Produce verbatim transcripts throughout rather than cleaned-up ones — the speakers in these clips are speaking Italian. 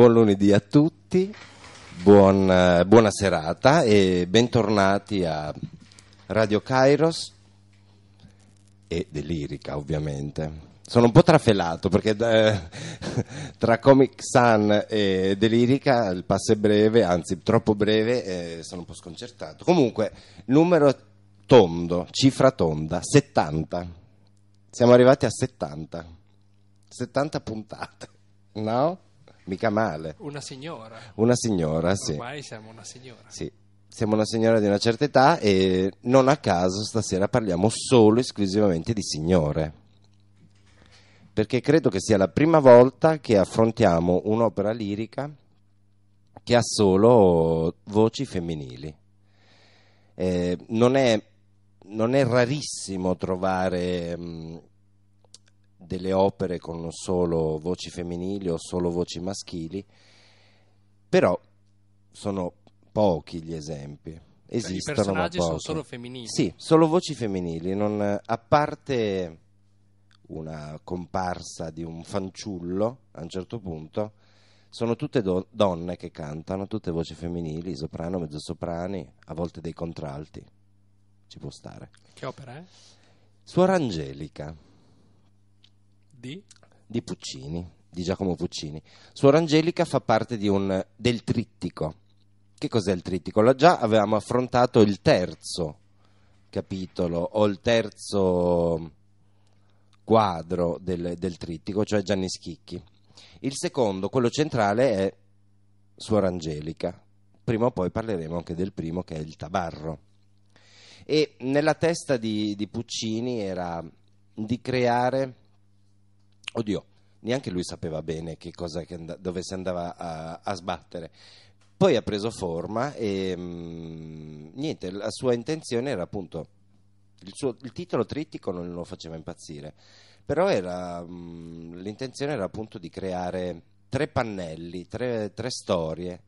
Buon lunedì a tutti, buon, eh, buona serata e bentornati a Radio Kairos e Delirica, ovviamente. Sono un po' trafelato perché eh, tra Comic Sun e Delirica il passo è breve, anzi troppo breve, e sono un po' sconcertato. Comunque, numero tondo, cifra tonda, settanta. Siamo arrivati a settanta. settanta puntate, no? Mica male. Una signora. Una signora, sì. Ormai siamo una signora. Sì. Siamo una signora di una certa età e non a caso stasera parliamo solo e esclusivamente di signore. Perché credo che sia la prima volta che affrontiamo un'opera lirica che ha solo voci femminili. Eh, non è, non è rarissimo trovare mh, delle opere con solo voci femminili o solo voci maschili, però sono pochi gli esempi. Esistono, i personaggi ma sono pochi. solo femminili. Sì, solo voci femminili, non, a parte una comparsa di un fanciullo a un certo punto, sono tutte do- donne che cantano, tutte voci femminili, soprano, mezzosoprani, a volte dei contralti. Ci può stare. Che opera è? Suor Angelica Di? Di Puccini, di Giacomo Puccini. Suor Angelica fa parte di un, del trittico. Che cos'è il trittico? Là già avevamo affrontato il terzo capitolo o il terzo quadro del, del trittico, cioè Gianni Schicchi. Il secondo, quello centrale, è Suor Angelica. Prima o poi parleremo anche del primo, che è il Tabarro. E nella testa di, di Puccini era di creare, oddio, neanche lui sapeva bene che cosa, che and- dove si andava a, a sbattere. Poi ha preso forma e mh, niente, la sua intenzione era appunto, il, suo, il titolo trittico non lo faceva impazzire, però era, mh, l'intenzione era appunto di creare tre pannelli, tre, tre storie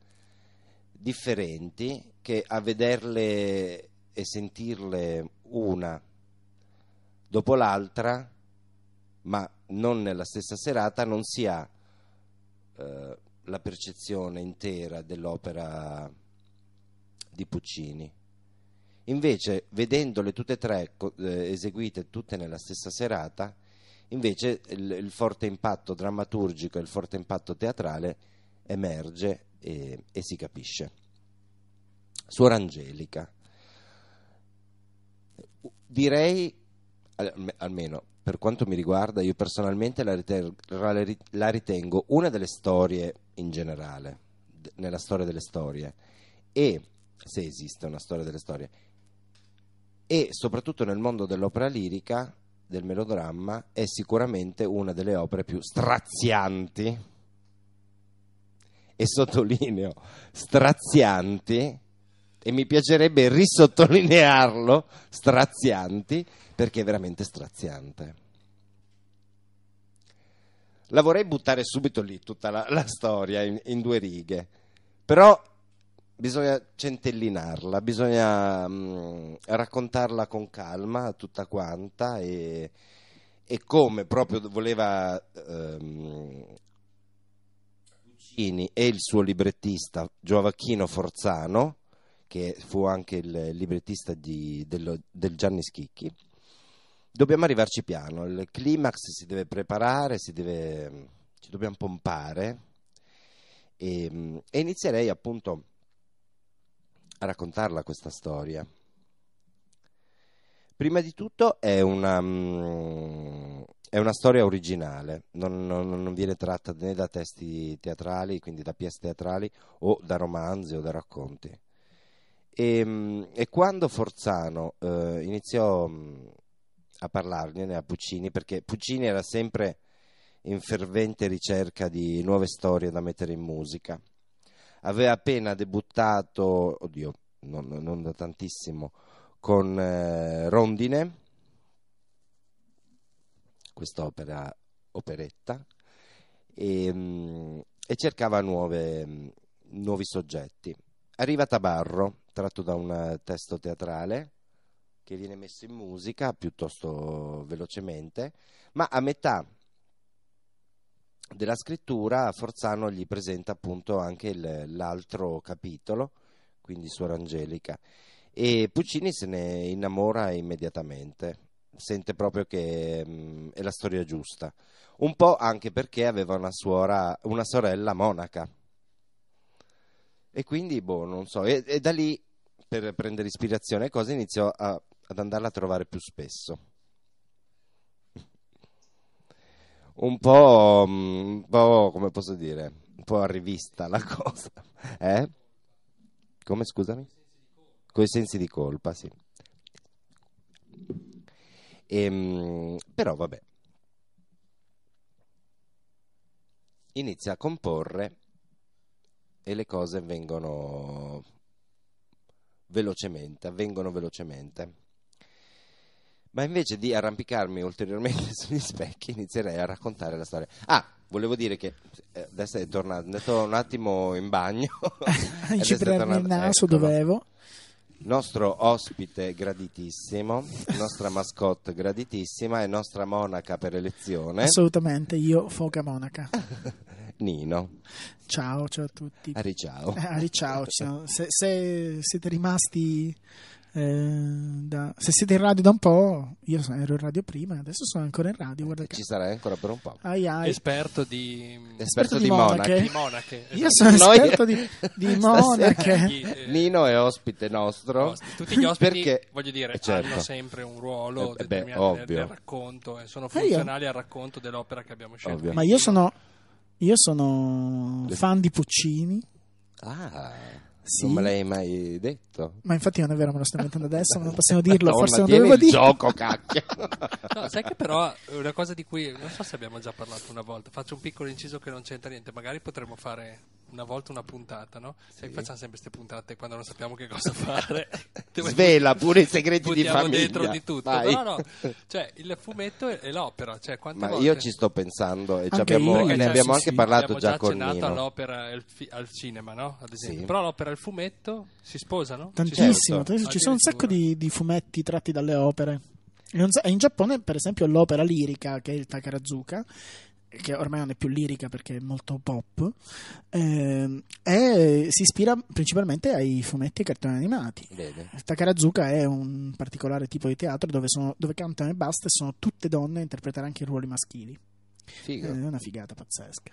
differenti che a vederle e sentirle una dopo l'altra, ma non nella stessa serata, non si ha eh, la percezione intera dell'opera di Puccini. Invece, vedendole tutte e tre eh, eseguite tutte nella stessa serata, invece il, il forte impatto drammaturgico e il forte impatto teatrale emerge e, e si capisce. Suor Angelica. Direi, almeno per quanto mi riguarda, io personalmente la ritengo, la ritengo una delle storie in generale, nella storia delle storie, e se esiste una storia delle storie, e soprattutto nel mondo dell'opera lirica, del melodramma, è sicuramente una delle opere più strazianti, e sottolineo strazianti, e mi piacerebbe risottolinearlo, strazianti, perché è veramente straziante. La vorrei buttare subito lì, tutta la, la storia, in, in due righe, però bisogna centellinarla, bisogna mh, raccontarla con calma, tutta quanta, e, e come proprio voleva ehm, Puccini e il suo librettista Gioacchino Forzano, che fu anche il librettista di, dello, del Gianni Schicchi. Dobbiamo arrivarci piano, il climax si deve preparare, si deve, ci dobbiamo pompare, e, e inizierei appunto a raccontarla questa storia. Prima di tutto è una, è una storia originale, non, non, non viene tratta né da testi teatrali, quindi da pièce teatrali, o da romanzi o da racconti. E, e quando Forzano eh, iniziò a parlargliene a Puccini, perché Puccini era sempre in fervente ricerca di nuove storie da mettere in musica, aveva appena debuttato, oddio, non, non da tantissimo, con eh, Rondine, quest'opera operetta, e, mh, e cercava nuove, mh, nuovi soggetti. Arriva Tabarro, tratto da un testo teatrale che viene messo in musica piuttosto velocemente, ma a metà della scrittura Forzano gli presenta appunto anche il- l'altro capitolo, quindi Suor Angelica, e Puccini se ne innamora immediatamente, sente proprio che mh, è la storia giusta, un po' anche perché aveva una suora, una sorella monaca, e quindi boh, non so, e, e da lì, per prendere ispirazione e cose, iniziò a- ad andarla a trovare più spesso. Un po', mm, un po', come posso dire, un po' a rivista la cosa, eh? Come, scusami? Coi sensi di colpa, sì. Ehm, però vabbè, inizia a comporre e le cose vengono velocemente, avvengono velocemente. Ma invece di arrampicarmi ulteriormente sugli specchi, inizierei a raccontare la storia. Ah, volevo dire che eh, adesso è tornato, è andato un attimo in bagno. A incipriarmi il naso, eccolo. dovevo. Nostro ospite graditissimo, nostra mascotte graditissima e nostra monaca per elezione, Assolutamente, io foca monaca. Nino. Ciao, ciao a tutti. Ari ciao. Eh, Ari, ciao. Ci siamo- Se, se siete rimasti, eh, da, se siete in radio da un po', io so- ero in radio prima, adesso sono ancora in radio. Guarda Ci che. sarai ancora per un po'. Ai, ai. Esperto di, Esperto di di monache. di monache. Io sono Noi- esperto di, di monache. Gli, eh, Nino è ospite nostro. ospiti. Tutti gli ospiti, perché, voglio dire, eh, certo. hanno sempre un ruolo Eh, beh, determinato nel, ovvio. nel racconto e sono Eh, io- funzionali al racconto dell'opera che abbiamo scelto. Ovvio. Ma io sono, io sono Le- fan di Puccini. Ah, Sì. non me l'hai mai detto. Ma infatti non è vero, me lo sto inventando adesso, ma non possiamo dirlo, Madonna, forse non tieni dovevo il dirlo. gioco, cacchio. No, sai che però è una cosa di cui non so se abbiamo già parlato una volta. Faccio un piccolo inciso che non c'entra niente. Magari potremmo fare una volta una puntata, no? Sai, Sì. facciamo sempre queste puntate quando non sappiamo che cosa fare. Dove Svela pure i segreti di buttiamo famiglia. dentro di tutto. Vai. No, no, cioè il fumetto e l'opera. Cioè, quante Ma volte io ci sto pensando e ci Anche abbiamo- io, ne sì, abbiamo sì, anche sì. parlato abbiamo già già con accennato Nino. all'opera e al, fi- al cinema, no? Ad esempio. Sì. Però l'opera e il fumetto si sposano? Tantissimo, Certo. ci sono un sacco di, di fumetti tratti dalle opere. E un sa- e in Giappone, per esempio, l'opera lirica, che è il Takarazuka, che ormai non è più lirica perché è molto pop, ehm, è- si ispira principalmente ai fumetti e ai cartoni animati. Vede? Il Takarazuka è un particolare tipo di teatro dove, sono, dove cantano e basta, e sono tutte donne a interpretare anche i ruoli maschili. Figo. È una figata pazzesca.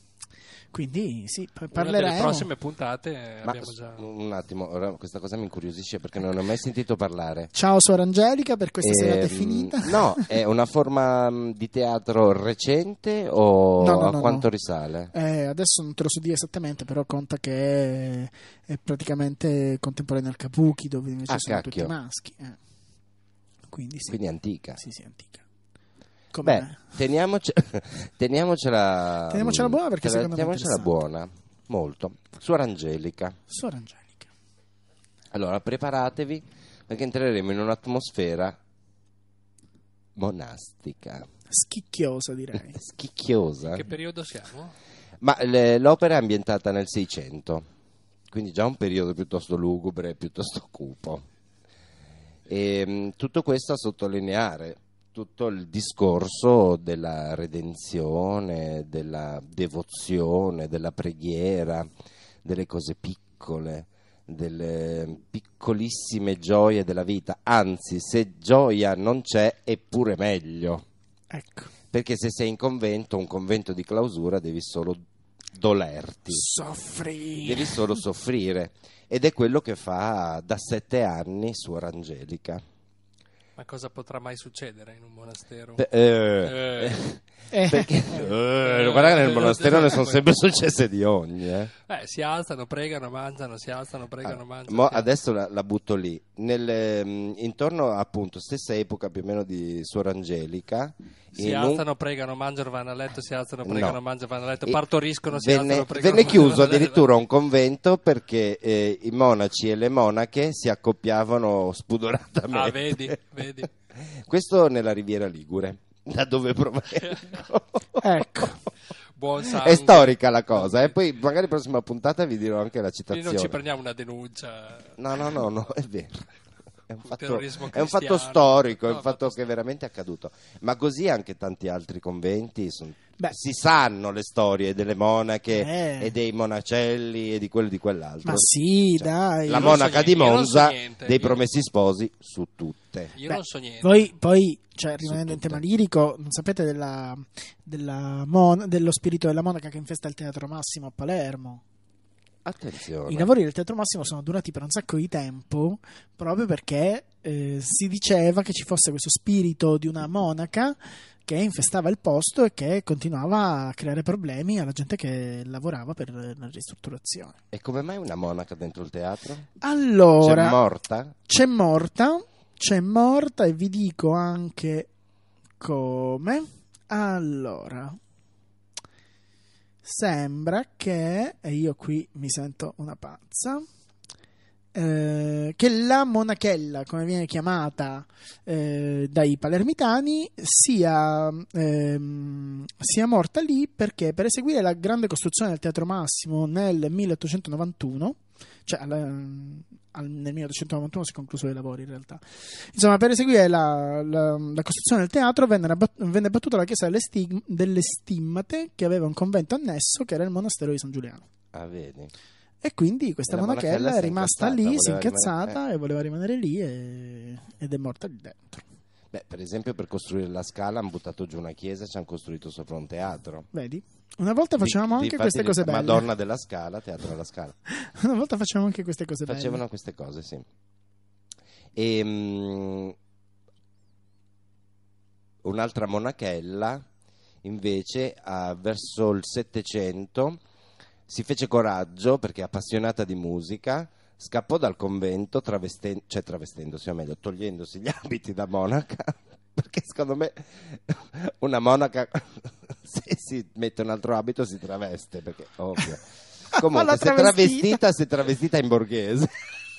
Quindi sì, pa- Una parleremo. delle prossime puntate eh, Ma abbiamo già... un attimo, ora questa cosa mi incuriosisce perché non ne ho mai sentito parlare. Ciao Suor Angelica, per questa serata è Ehm, finita. No, è una forma mh, di teatro recente o No, no, a no, quanto no. risale? Eh, adesso non te lo so dire esattamente, però conta che è, è praticamente contemporaneo al Kabuki, dove invece Ah, sono cacchio. tutti maschi. eh. Quindi sì. Quindi è antica. Sì, sì, antica. Come Beh, teniamoce, teniamocela, Teniamocela buona perché mh, secondo me è teniamocela buona, molto. Suor Angelica. Suor Angelica. Allora, preparatevi perché entreremo in un'atmosfera monastica, Schicchiosa, direi. schicchiosa. Che periodo siamo? Ma le- l'opera è ambientata nel Seicento, quindi già un periodo piuttosto lugubre, piuttosto cupo. E mh, tutto questo a sottolineare tutto il discorso della redenzione, della devozione, della preghiera, delle cose piccole, delle piccolissime gioie della vita. Anzi, se gioia non c'è, è pure meglio. Ecco. Perché se sei in convento, un convento di clausura, devi solo dolerti, Soffri. devi solo soffrire. Ed è quello che fa da sette anni Suor Angelica. Ma cosa potrà mai succedere in un monastero? Pe- eh, Eh. Eh, perché eh, guarda che nel monastero ne sono sempre successe di ogni. Eh. Eh, si alzano, pregano, mangiano, si alzano, pregano, Ah, mangiano. mo si adesso la, la butto lì. Nel, mm, intorno appunto stessa epoca più o meno di Suor Angelica. Si in un- alzano, pregano, mangiano, vanno a letto, si alzano, pregano, No. mangiano, vanno a letto, E partoriscono, si venne, alzano, pregano. venne chiuso vanno a letto. addirittura un convento perché eh, i monaci e le monache si accoppiavano spudoratamente. Ah, vedi, vedi. Questo nella Riviera Ligure, da dove provengo. Ecco. Buon sangue. È storica la cosa, e poi magari prossima puntata vi dirò anche la Quindi citazione. non ci prendiamo una denuncia. No, no, no, no, è vero. è un Un fatto, terrorismo è un fatto cristiano. storico, è No, un fatto fatto che è veramente accaduto. Ma così anche tanti altri conventi son- Beh. si sanno le storie delle monache Eh. e dei monacelli e di quello e di quell'altro. Ma sì, Cioè, dai. la Io non so monaca niente, di io non so Monza niente, dei io- Promessi Sposi su tutte. Io Beh, non so niente. Voi poi, cioè, rimanendo in tutte. tema lirico, non sapete della, della mon- dello spirito della monaca che infesta il Teatro Massimo a Palermo? Attenzione. I lavori del Teatro Massimo sono durati per un sacco di tempo proprio perché eh, si diceva che ci fosse questo spirito di una monaca che infestava il posto e che continuava a creare problemi alla gente che lavorava per la ristrutturazione. E come mai una monaca dentro il teatro? Allora, C'è morta? c'è morta, c'è morta e vi dico anche come. Allora, sembra che, e io qui mi sento una pazza, eh, che la monachella, come viene chiamata eh, dai palermitani, sia, ehm, sia morta lì perché per eseguire la grande costruzione del Teatro Massimo nel milleottocentonovantuno, cioè al, al, nel milleottocentonovantuno si è concluso i lavori in realtà, insomma per eseguire la, la, la costruzione del teatro venne, abbat- venne battuta la chiesa delle, stig- delle Stimmate, che aveva un convento annesso che era il monastero di San Giuliano. Ah, vedi. E quindi questa E la monachella monachella si è è rimasta incazzata, lì, si è voleva incazzata rimanere- e voleva rimanere lì e- ed è morta lì dentro. Beh, per esempio per costruire la Scala hanno buttato giù una chiesa e ci hanno costruito sopra un teatro. Vedi? Una volta facevamo Di- anche difatti queste cose belle. Madonna della Scala, teatro della Scala. Una volta facevamo anche queste cose belle. Facevano queste cose, sì. E, mm, un'altra monachella, invece, ah, verso il Settecento, si fece coraggio perché appassionata di musica, scappò dal convento, travesten- cioè travestendosi, o meglio, togliendosi gli abiti da monaca, perché secondo me una monaca, se si mette un altro abito, si traveste, perché ovvio. Comunque, La si è travestita. travestita, si è travestita in borghese.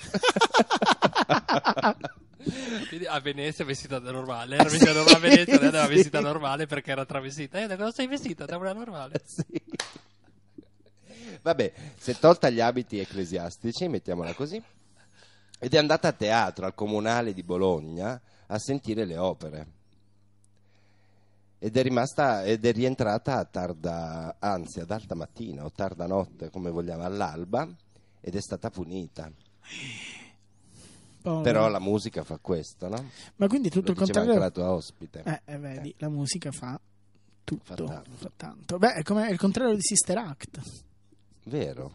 Quindi a Venezia è vestita da normale. Era vestita normale a Venezia, lei era Sì. vestita normale perché era travestita. Eh, da cosa sei vestita? Da una normale. Sì. Vabbè, si è tolta gli abiti ecclesiastici, mettiamola così, ed è andata a teatro al Comunale di Bologna a sentire le opere. Ed è rimasta ed è rientrata a tarda, anzi ad alta mattina o tarda notte, come vogliamo, all'alba, ed è stata punita. Povera. Però la musica fa questo, no? Ma quindi tutto Lo il diceva anche la contrario. tua ospite. Eh, eh, vedi, la musica fa tutto, Fa tanto. fa tanto. Beh, è come il contrario di Sister Act. Vero?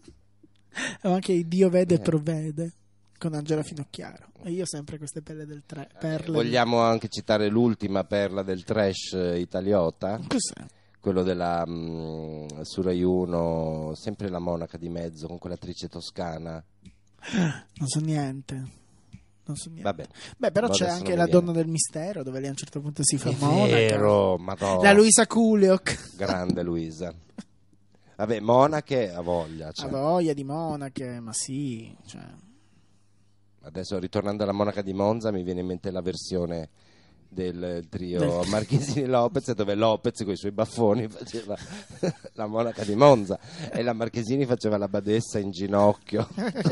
O anche il Dio vede e Eh. provvede con Angela Finocchiaro. E io sempre queste perle del tre, perle. Vogliamo anche citare l'ultima perla del trash eh, italiota? Cos'è? Quello della mm, su Rai uno, sempre la monaca di mezzo con quell'attrice toscana. Non so niente. Non so niente. Vabbè. Beh, però No, c'è adesso anche non la mi viene. donna del mistero, dove lei a un certo punto si fa È monaca. vero, madonna. La Luisa Kuliok. Grande Luisa. Vabbè, monache a voglia. Ha Cioè. voglia di monache, ma sì. Cioè. Adesso, ritornando alla monaca di Monza, mi viene in mente la versione del trio Del- Marchesini Lopez, dove Lopez con i suoi baffoni faceva la monaca di Monza e la Marchesini faceva la badessa in ginocchio.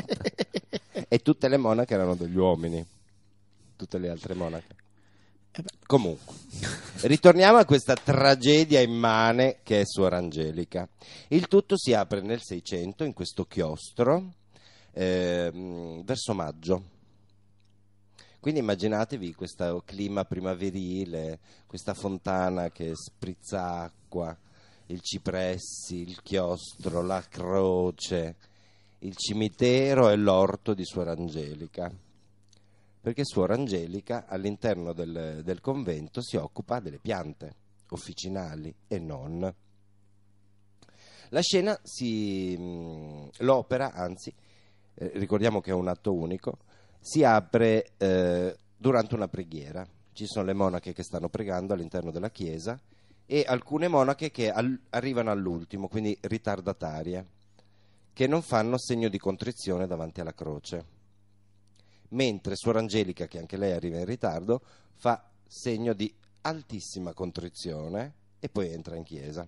E tutte le monache erano degli uomini, tutte le altre monache. Eh beh. Comunque, ritorniamo a questa tragedia immane che è Suor Angelica. Il tutto si apre nel Seicento in questo chiostro ehm, verso maggio. Quindi immaginatevi questo clima primaverile, questa fontana che sprizza acqua, i cipressi, il chiostro, la croce, il cimitero e l'orto di Suor Angelica. Perché Suor Angelica all'interno del, del convento si occupa delle piante officinali e non. La scena si mh, l'opera, anzi, eh, ricordiamo che è un atto unico, si apre eh, durante una preghiera. Ci sono le monache che stanno pregando all'interno della chiesa e alcune monache che al- arrivano all'ultimo, quindi ritardatarie, che non fanno segno di contrizione davanti alla croce. Mentre Suor Angelica, che anche lei arriva in ritardo, fa segno di altissima contrizione e poi entra in chiesa.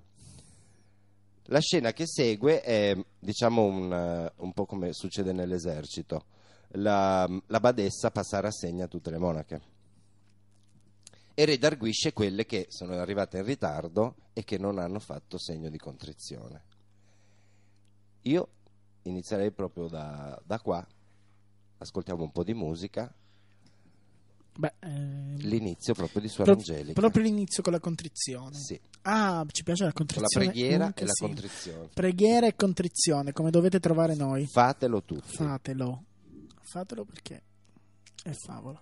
La scena che segue è, diciamo, un, un po' come succede nell'esercito. la, la badessa passa a rassegna tutte le monache e redarguisce quelle che sono arrivate in ritardo e che non hanno fatto segno di contrizione. Io inizierei proprio da, da qua, ascoltiamo un po' di musica. Beh, ehm, l'inizio proprio di Suor pro- Angelica. Proprio l'inizio con la contrizione. Sì. Ah, ci piace la Con la contrizione. preghiera anche e la sì. contrizione. Preghiera e contrizione, come dovete trovare noi. Fatelo tutti. Fatelo. Fatelo perché è favola.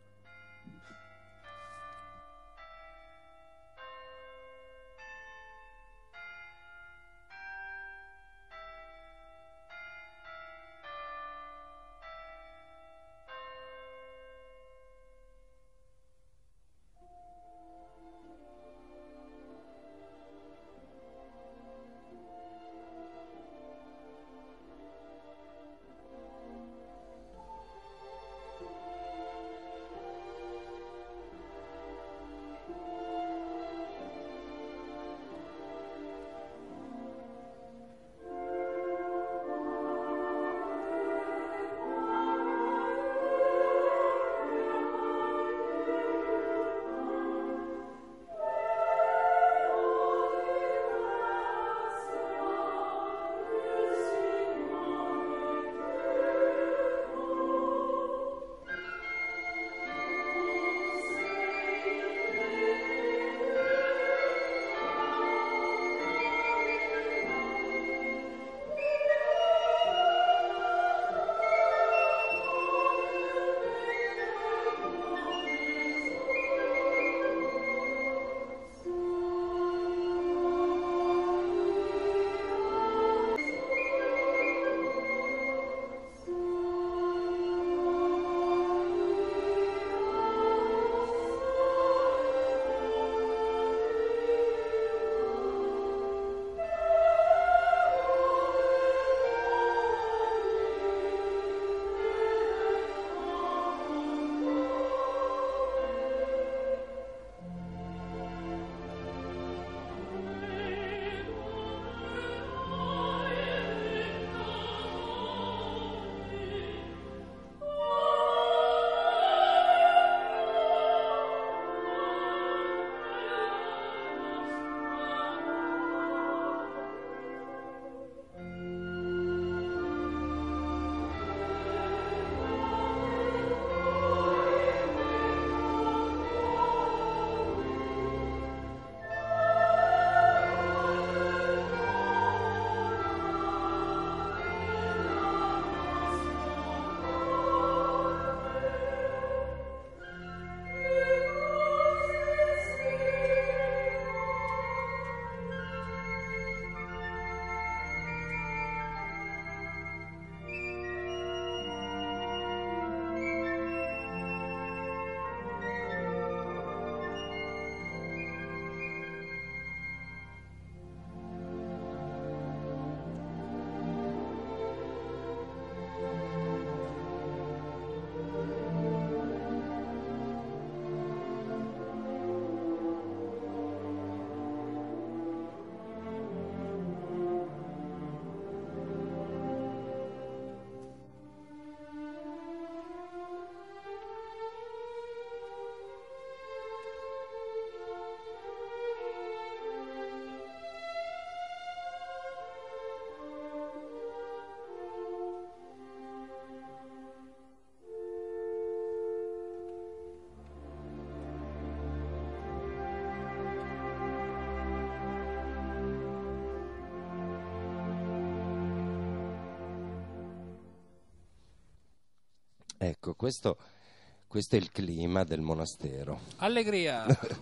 Ecco, questo, questo è il clima del monastero. Allegria!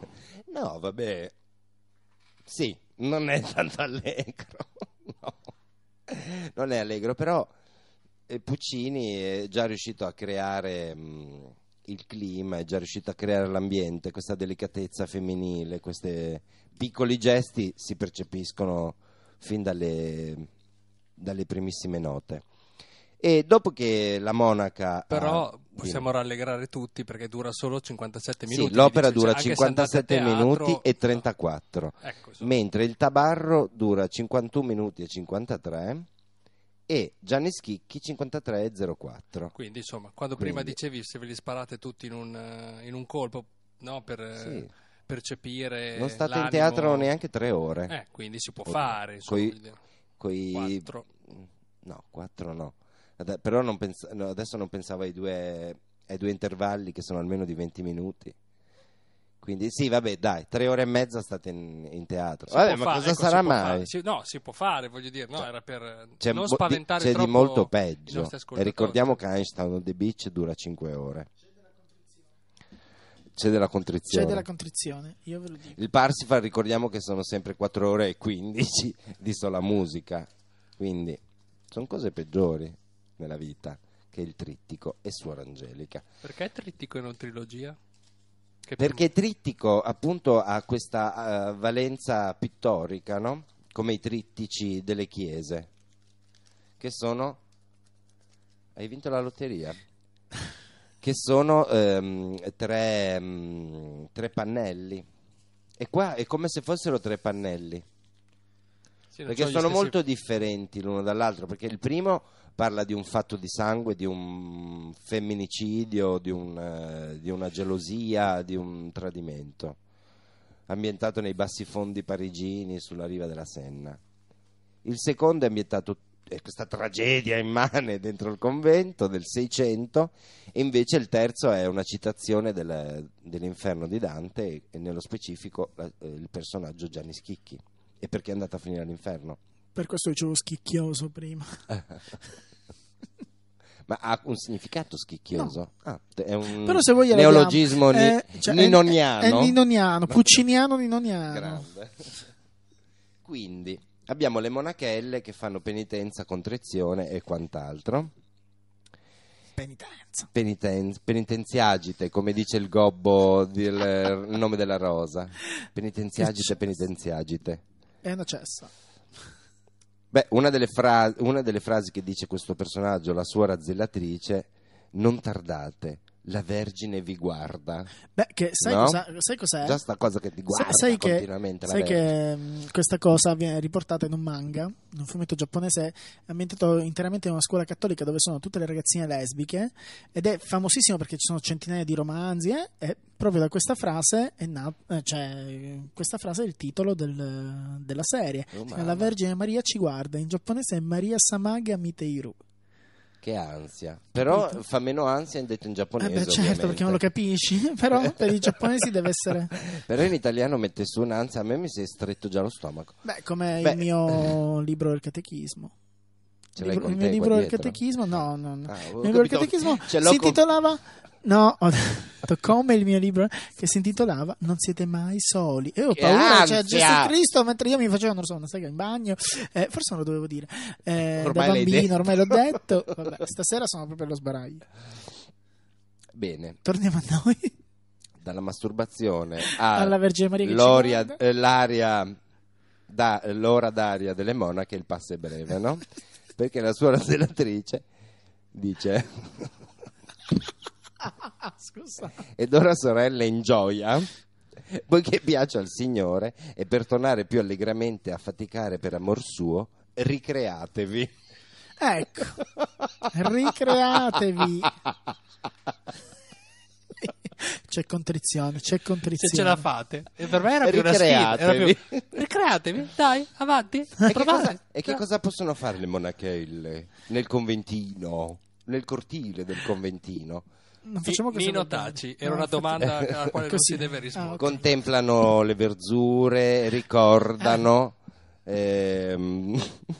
No, vabbè, sì, non è tanto allegro, no. Non è allegro, però eh, Puccini è già riuscito a creare mh, il clima, è già riuscito a creare l'ambiente, questa delicatezza femminile, questi piccoli gesti si percepiscono fin dalle, dalle primissime note. E dopo che la monaca... Però ha... possiamo rallegrare tutti perché dura solo cinquantasette minuti. Sì, l'opera dice, dura cioè, cinquantasette teatro, minuti e trentaquattro, ecco, insomma. mentre il tabarro dura cinquantuno minuti e cinquantatré e Gianni Schicchi cinquantatré e zero quattro. Quindi insomma, quando Quindi. prima dicevi se ve li sparate tutti in un, eh, in un colpo, no, per eh, Sì. percepire Non state l'animo... in teatro neanche tre ore. Eh, quindi si può O- fare, insomma. coi- voglio dire. coi Quattro. no, quattro no. Ade- Però non pens- no, adesso non pensavo ai due, ai due intervalli che sono almeno di venti minuti. Quindi sì, vabbè, dai, tre ore e mezza state in, in teatro. Si Vabbè, può ma fare, cosa ecco, sarà si può mai? fare. Si- no, si può fare, voglio dire, no, era per eh, C'è, non mo- spaventare di, c'è troppo di molto i peggio. nostri E ascoltatori. ricordiamo che Einstein on the Beach dura cinque ore. C'è della contrizione. C'è della contrizione, io ve lo dico. Il Parsifal ricordiamo che sono sempre quattro ore e quindici di sola musica. Quindi sono cose peggiori nella vita che il trittico e Suor Angelica. Perché trittico e non trilogia? Che Perché trittico appunto ha questa uh, valenza pittorica, no? Come i trittici delle chiese, che sono... Hai vinto la lotteria? Che sono ehm, tre, mm, tre pannelli. E qua è come se fossero tre pannelli. Sì, non Perché c'ho gli sono stessi- molto differenti l'uno dall'altro. Perché il primo parla di un fatto di sangue, di un femminicidio, di, un, eh, di una gelosia, di un tradimento, ambientato nei bassi fondi parigini sulla riva della Senna. Il secondo è ambientato è questa tragedia immane dentro il convento del Seicento, e invece il terzo è una citazione del, dell'Inferno di Dante, e, e nello specifico la, eh, il personaggio Gianni Schicchi. E perché è andato a finire all'inferno? Per questo dicevo schicchioso prima. Ma ha un significato schicchioso? Ah, è un Però se voi gliela neologismo diamo, ni- eh, cioè, è- ninoniano. È, è ninoniano, pucciniano ninoniano. Grande. Quindi abbiamo le monachelle che fanno penitenza, contrizione e quant'altro. Penitenza. Peniten- penitenziagite, come dice il gobbo del il nome della rosa. Penitenziagite, penitenziagite. È una cessa. Beh, una delle, fra- una delle frasi che dice questo personaggio, la suora zellatrice: non tardate, la Vergine vi guarda. Beh, che sai, No? cosa, sai cos'è? Già sta cosa che ti guarda Sa- sai che, continuamente. la sai Vergine. che mh, questa cosa viene riportata in un manga, in un fumetto giapponese ambientato interamente in una scuola cattolica dove sono tutte le ragazzine lesbiche, ed è famosissimo perché ci sono centinaia di romanzi, eh, e proprio da questa frase è nato, eh, cioè questa frase è il titolo del- della serie. Oh, Cioè, mamma. la Vergine Maria ci guarda, in giapponese è Maria Samage Miteiru. Che ansia. Però Capito? fa meno ansia in detto in Eh giapponese. beh, certo, ovviamente. perché non lo capisci, però per i giapponesi deve essere... Però in italiano mette su un'ansia, a me mi si è stretto già lo stomaco. Beh, come Beh. il mio libro del catechismo. Ce Il l'hai libro, con il te mio qua libro del dietro? catechismo, no, no, no. Ah, Il ho mio libro del capito. catechismo Ce l'ho si con- intitolava, no, ho detto come il mio libro che si intitolava Non siete mai soli. E ho Che paura, cioè ansia! Gesù Cristo, mentre io mi facevo, non so, una sega in bagno, eh, forse non lo dovevo dire, eh, da Ormai l'hai bambino, detto. ormai l'ho detto. Vabbè, stasera sono proprio allo sbaraglio. Bene, Torniamo a noi, dalla masturbazione a alla Vergine Maria che ci l'oria- guarda. eh, l'aria da, l'ora d'aria delle monache, il passo è breve, no? Perché la suora zellatrice dice: Scusa. ed ora sorelle in gioia, poiché piace al Signore, e per tornare più allegramente a faticare per amor suo, ricreatevi. Ecco, ricreatevi. C'è contrizione, c'è contrizione. Se ce la fate. E per me era più una sfida. Era più... Ricreatevi. Ricreatevi, dai, avanti. E che, provate. cosa, e che cosa possono fare le monachelle nel conventino, nel cortile del conventino? Non facciamo questo Nino problema. Taci, era No, una infatti- domanda alla quale non Così. si deve Ah, rispondere. ok. Contemplano le verzure, ricordano ehm,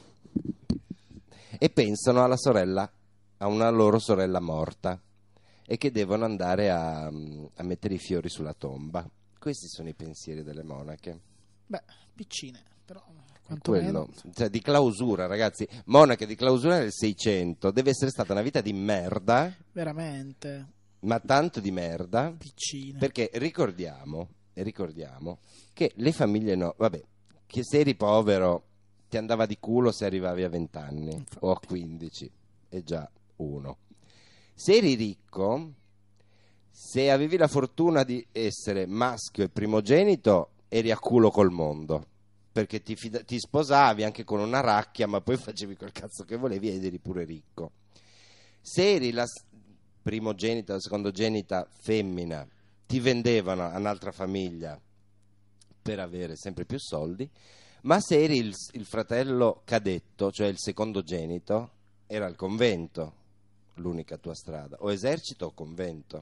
e pensano alla sorella, a una loro sorella morta, e che devono andare a, a mettere i fiori sulla tomba. Questi sono i pensieri delle monache. Beh, piccine, però Quello, quantomeno. cioè, di clausura, ragazzi. Monache di clausura nel Seicento. Deve essere stata una vita di merda, Veramente ma tanto di merda. piccine. Perché ricordiamo, ricordiamo che le famiglie no, vabbè, che se eri povero ti andava di culo se arrivavi a venti anni Infatti. o a quindici, è già uno. Se eri ricco, se avevi la fortuna di essere maschio e primogenito, eri a culo col mondo, perché ti, fida- ti sposavi anche con una racchia, ma poi facevi quel cazzo che volevi ed eri pure ricco. Se eri la s- primogenita o secondogenita femmina, ti vendevano a un'altra famiglia per avere sempre più soldi, ma se eri il, il fratello cadetto, cioè il secondogenito, era il convento l'unica tua strada, o esercito o convento.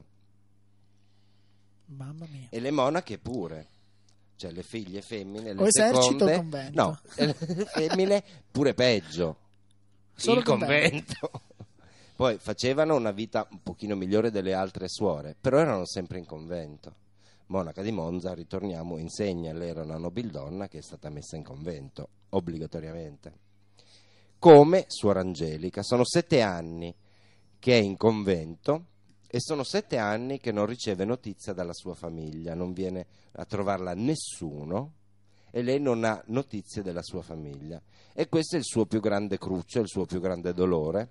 Mamma mia. E le monache pure, cioè le figlie femmine, le O esercito o seconde, convento? no, le femmine pure peggio, Solo il convento. convento. Poi facevano una vita un pochino migliore delle altre suore, però erano sempre in convento. Monaca di Monza, ritorniamo, insegna, lei era una nobildonna che è stata messa in convento, obbligatoriamente. Come Suor Angelica, sono sette anni che è in convento e sono sette anni che non riceve notizia dalla sua famiglia, non viene a trovarla nessuno e lei non ha notizie della sua famiglia. E questo è il suo più grande cruccio, il suo più grande dolore.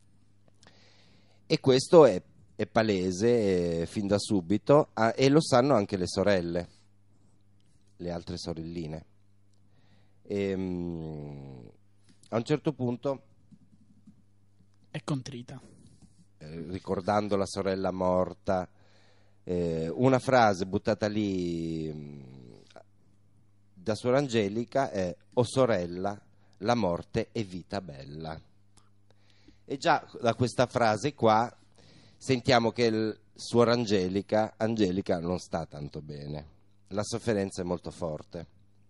E questo è, è palese eh, fin da subito ah, e lo sanno anche le sorelle, le altre sorelline. E, mm, a un certo punto, È contrita. eh, ricordando la sorella morta, eh, una frase buttata lì mh, da Suor Angelica è: «O sorella, la morte è vita bella». E già da questa frase qua sentiamo che il Suor Angelica, Angelica non sta tanto bene, la sofferenza è molto forte.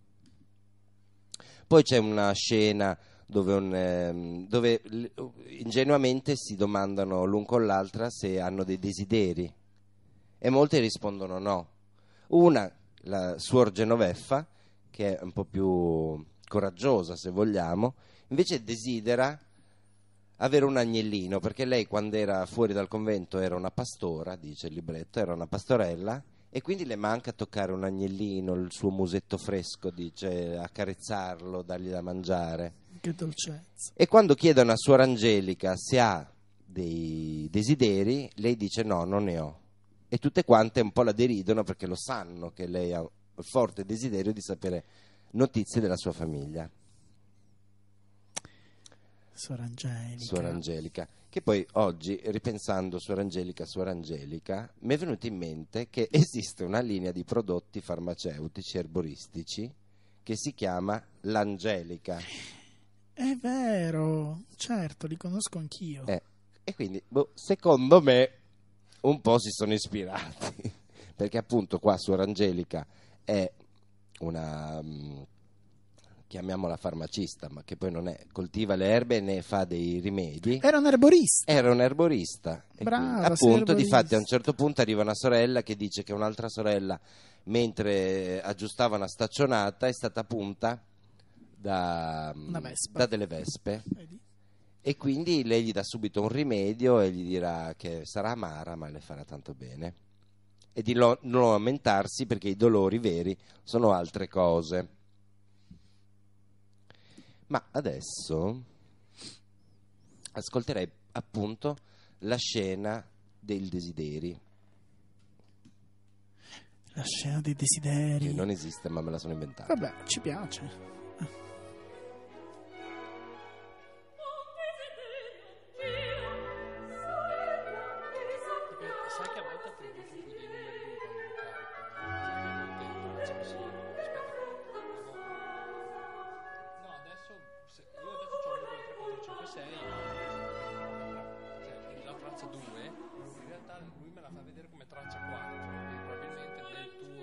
Poi c'è una scena dove, un, ehm, dove l- ingenuamente si domandano l'un con l'altra se hanno dei desideri e molti rispondono no. Una, la Suor Genoveffa, che è un po' più coraggiosa se vogliamo, invece desidera avere un agnellino, perché lei quando era fuori dal convento era una pastora, dice il libretto, era una pastorella, e quindi le manca toccare un agnellino, il suo musetto fresco, dice, accarezzarlo, dargli da mangiare. Che dolcezza. E quando chiedono a Suor Angelica se ha dei desideri, lei dice no, non ne ho. E tutte quante un po' la deridono perché lo sanno che lei ha il forte desiderio di sapere notizie della sua famiglia. Suor Angelica. Suor Angelica, che poi oggi, ripensando Suor Angelica, Suor Angelica, mi è venuto in mente che esiste una linea di prodotti farmaceutici erboristici che si chiama l'Angelica. È vero, certo, li conosco anch'io. Eh, e quindi, boh, secondo me, un po' si sono ispirati, perché appunto qua Suor Angelica è una... mh, chiamiamola farmacista, ma che poi non è, coltiva le erbe e ne fa dei rimedi. Era un erborista. Era un erborista. E Brava, quindi, sei appunto, di erborista. fatti a un certo punto arriva una sorella che dice che un'altra sorella, mentre aggiustava una staccionata, è stata punta da, Una vespa. da delle vespe. Vedi? E quindi lei gli dà subito un rimedio e gli dirà che sarà amara, ma le farà tanto bene. E di lo- non lamentarsi perché i dolori veri sono altre cose. Ma adesso ascolterei appunto la scena del desideri, La scena dei desideri. che non esiste ma me la sono inventata. Vabbè, ci piace. Perché sai che a volte appunto su dei numeri lui quando lo carico, sai che a volte faccio così, aspetta che no, adesso se, io adesso ho uno, due, tre, quattro, cinque, sei, cioè la traccia due, in realtà lui me la fa vedere come traccia quattro, quindi probabilmente nel tuo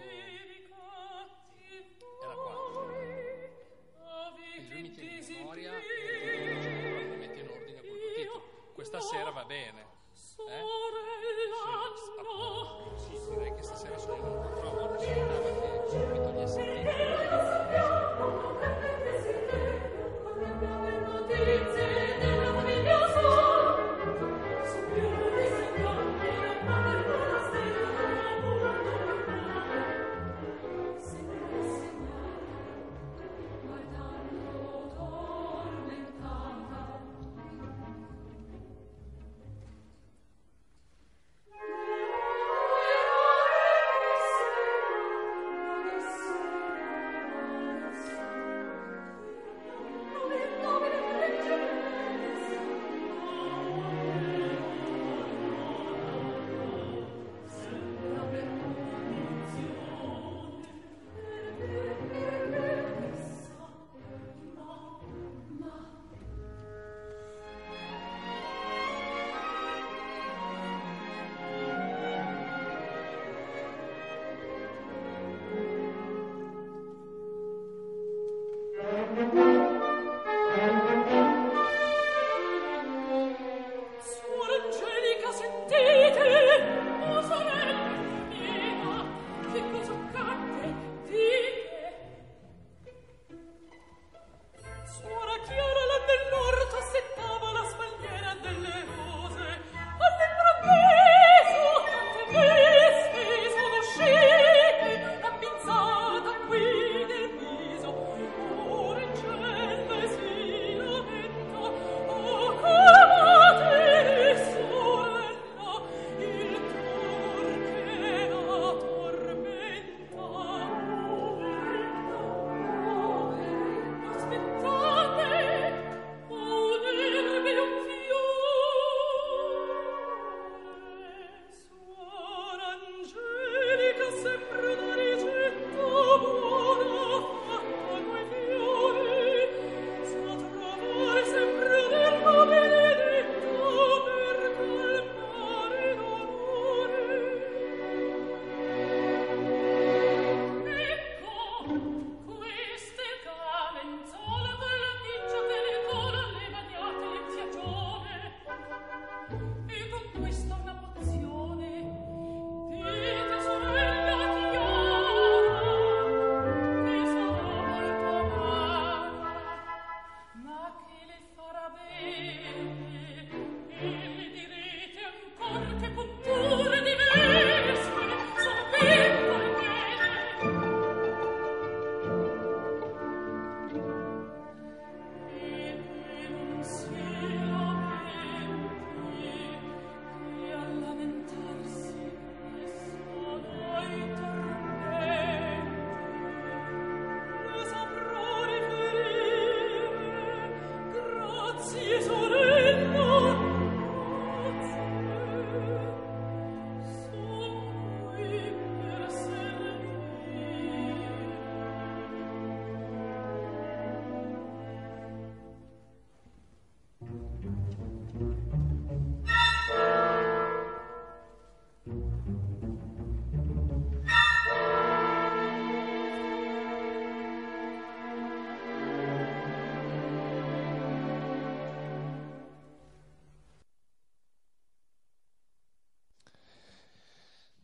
era quattro. E lui mi tiene in memoria il titolo del giorno e mi mette in ordine col tuo titolo. Questa sera va bene. Eh? Sì, appunto, sì, direi che stasera sono in un controllo. Aspettava che subito gli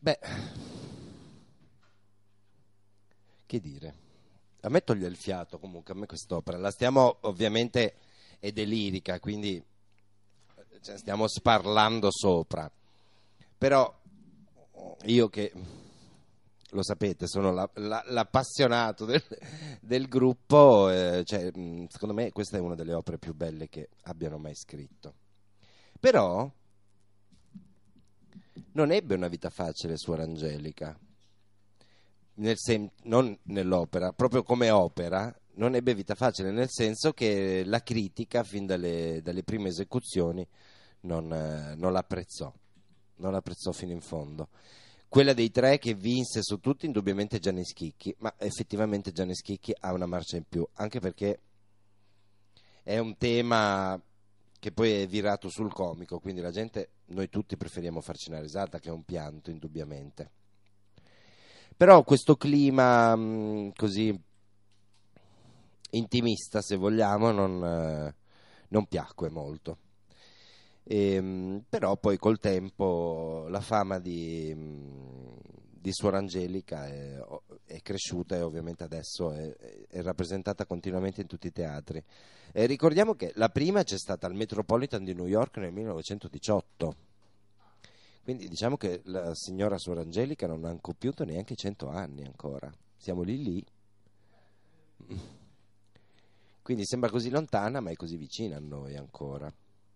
Beh, che dire? A me toglie il fiato comunque, a me quest'opera. La stiamo, ovviamente, è delirica, quindi cioè, stiamo sparlando sopra. Però io che, lo sapete, sono la- la- l'appassionato del, del gruppo, eh, cioè, mh, secondo me questa è una delle opere più belle che abbiano mai scritto. Però non ebbe una vita facile Suor Angelica, nel sen- non nell'opera, proprio come opera, non ebbe vita facile, nel senso che la critica, fin dalle, dalle prime esecuzioni, non, eh, non l'apprezzò, non l'apprezzò fino in fondo. Quella dei tre che vinse su tutti, indubbiamente Gianni Schicchi, ma effettivamente Gianni Schicchi ha una marcia in più, anche perché è un tema che poi è virato sul comico, quindi la gente, noi tutti preferiamo farci una risata che un pianto, indubbiamente. Però questo clima mh, così intimista, se vogliamo, non, eh, non piacque molto. Ehm, però poi col tempo la fama di, mh, di Suor Angelica è, è cresciuta e ovviamente adesso è, è rappresentata continuamente in tutti i teatri. E ricordiamo che la prima c'è stata al Metropolitan di New York nel millenovecentodiciotto. Quindi diciamo che la signora Suor Angelica non ha compiuto neanche cento anni ancora. Siamo lì lì. Quindi sembra così lontana, ma è così vicina a noi ancora.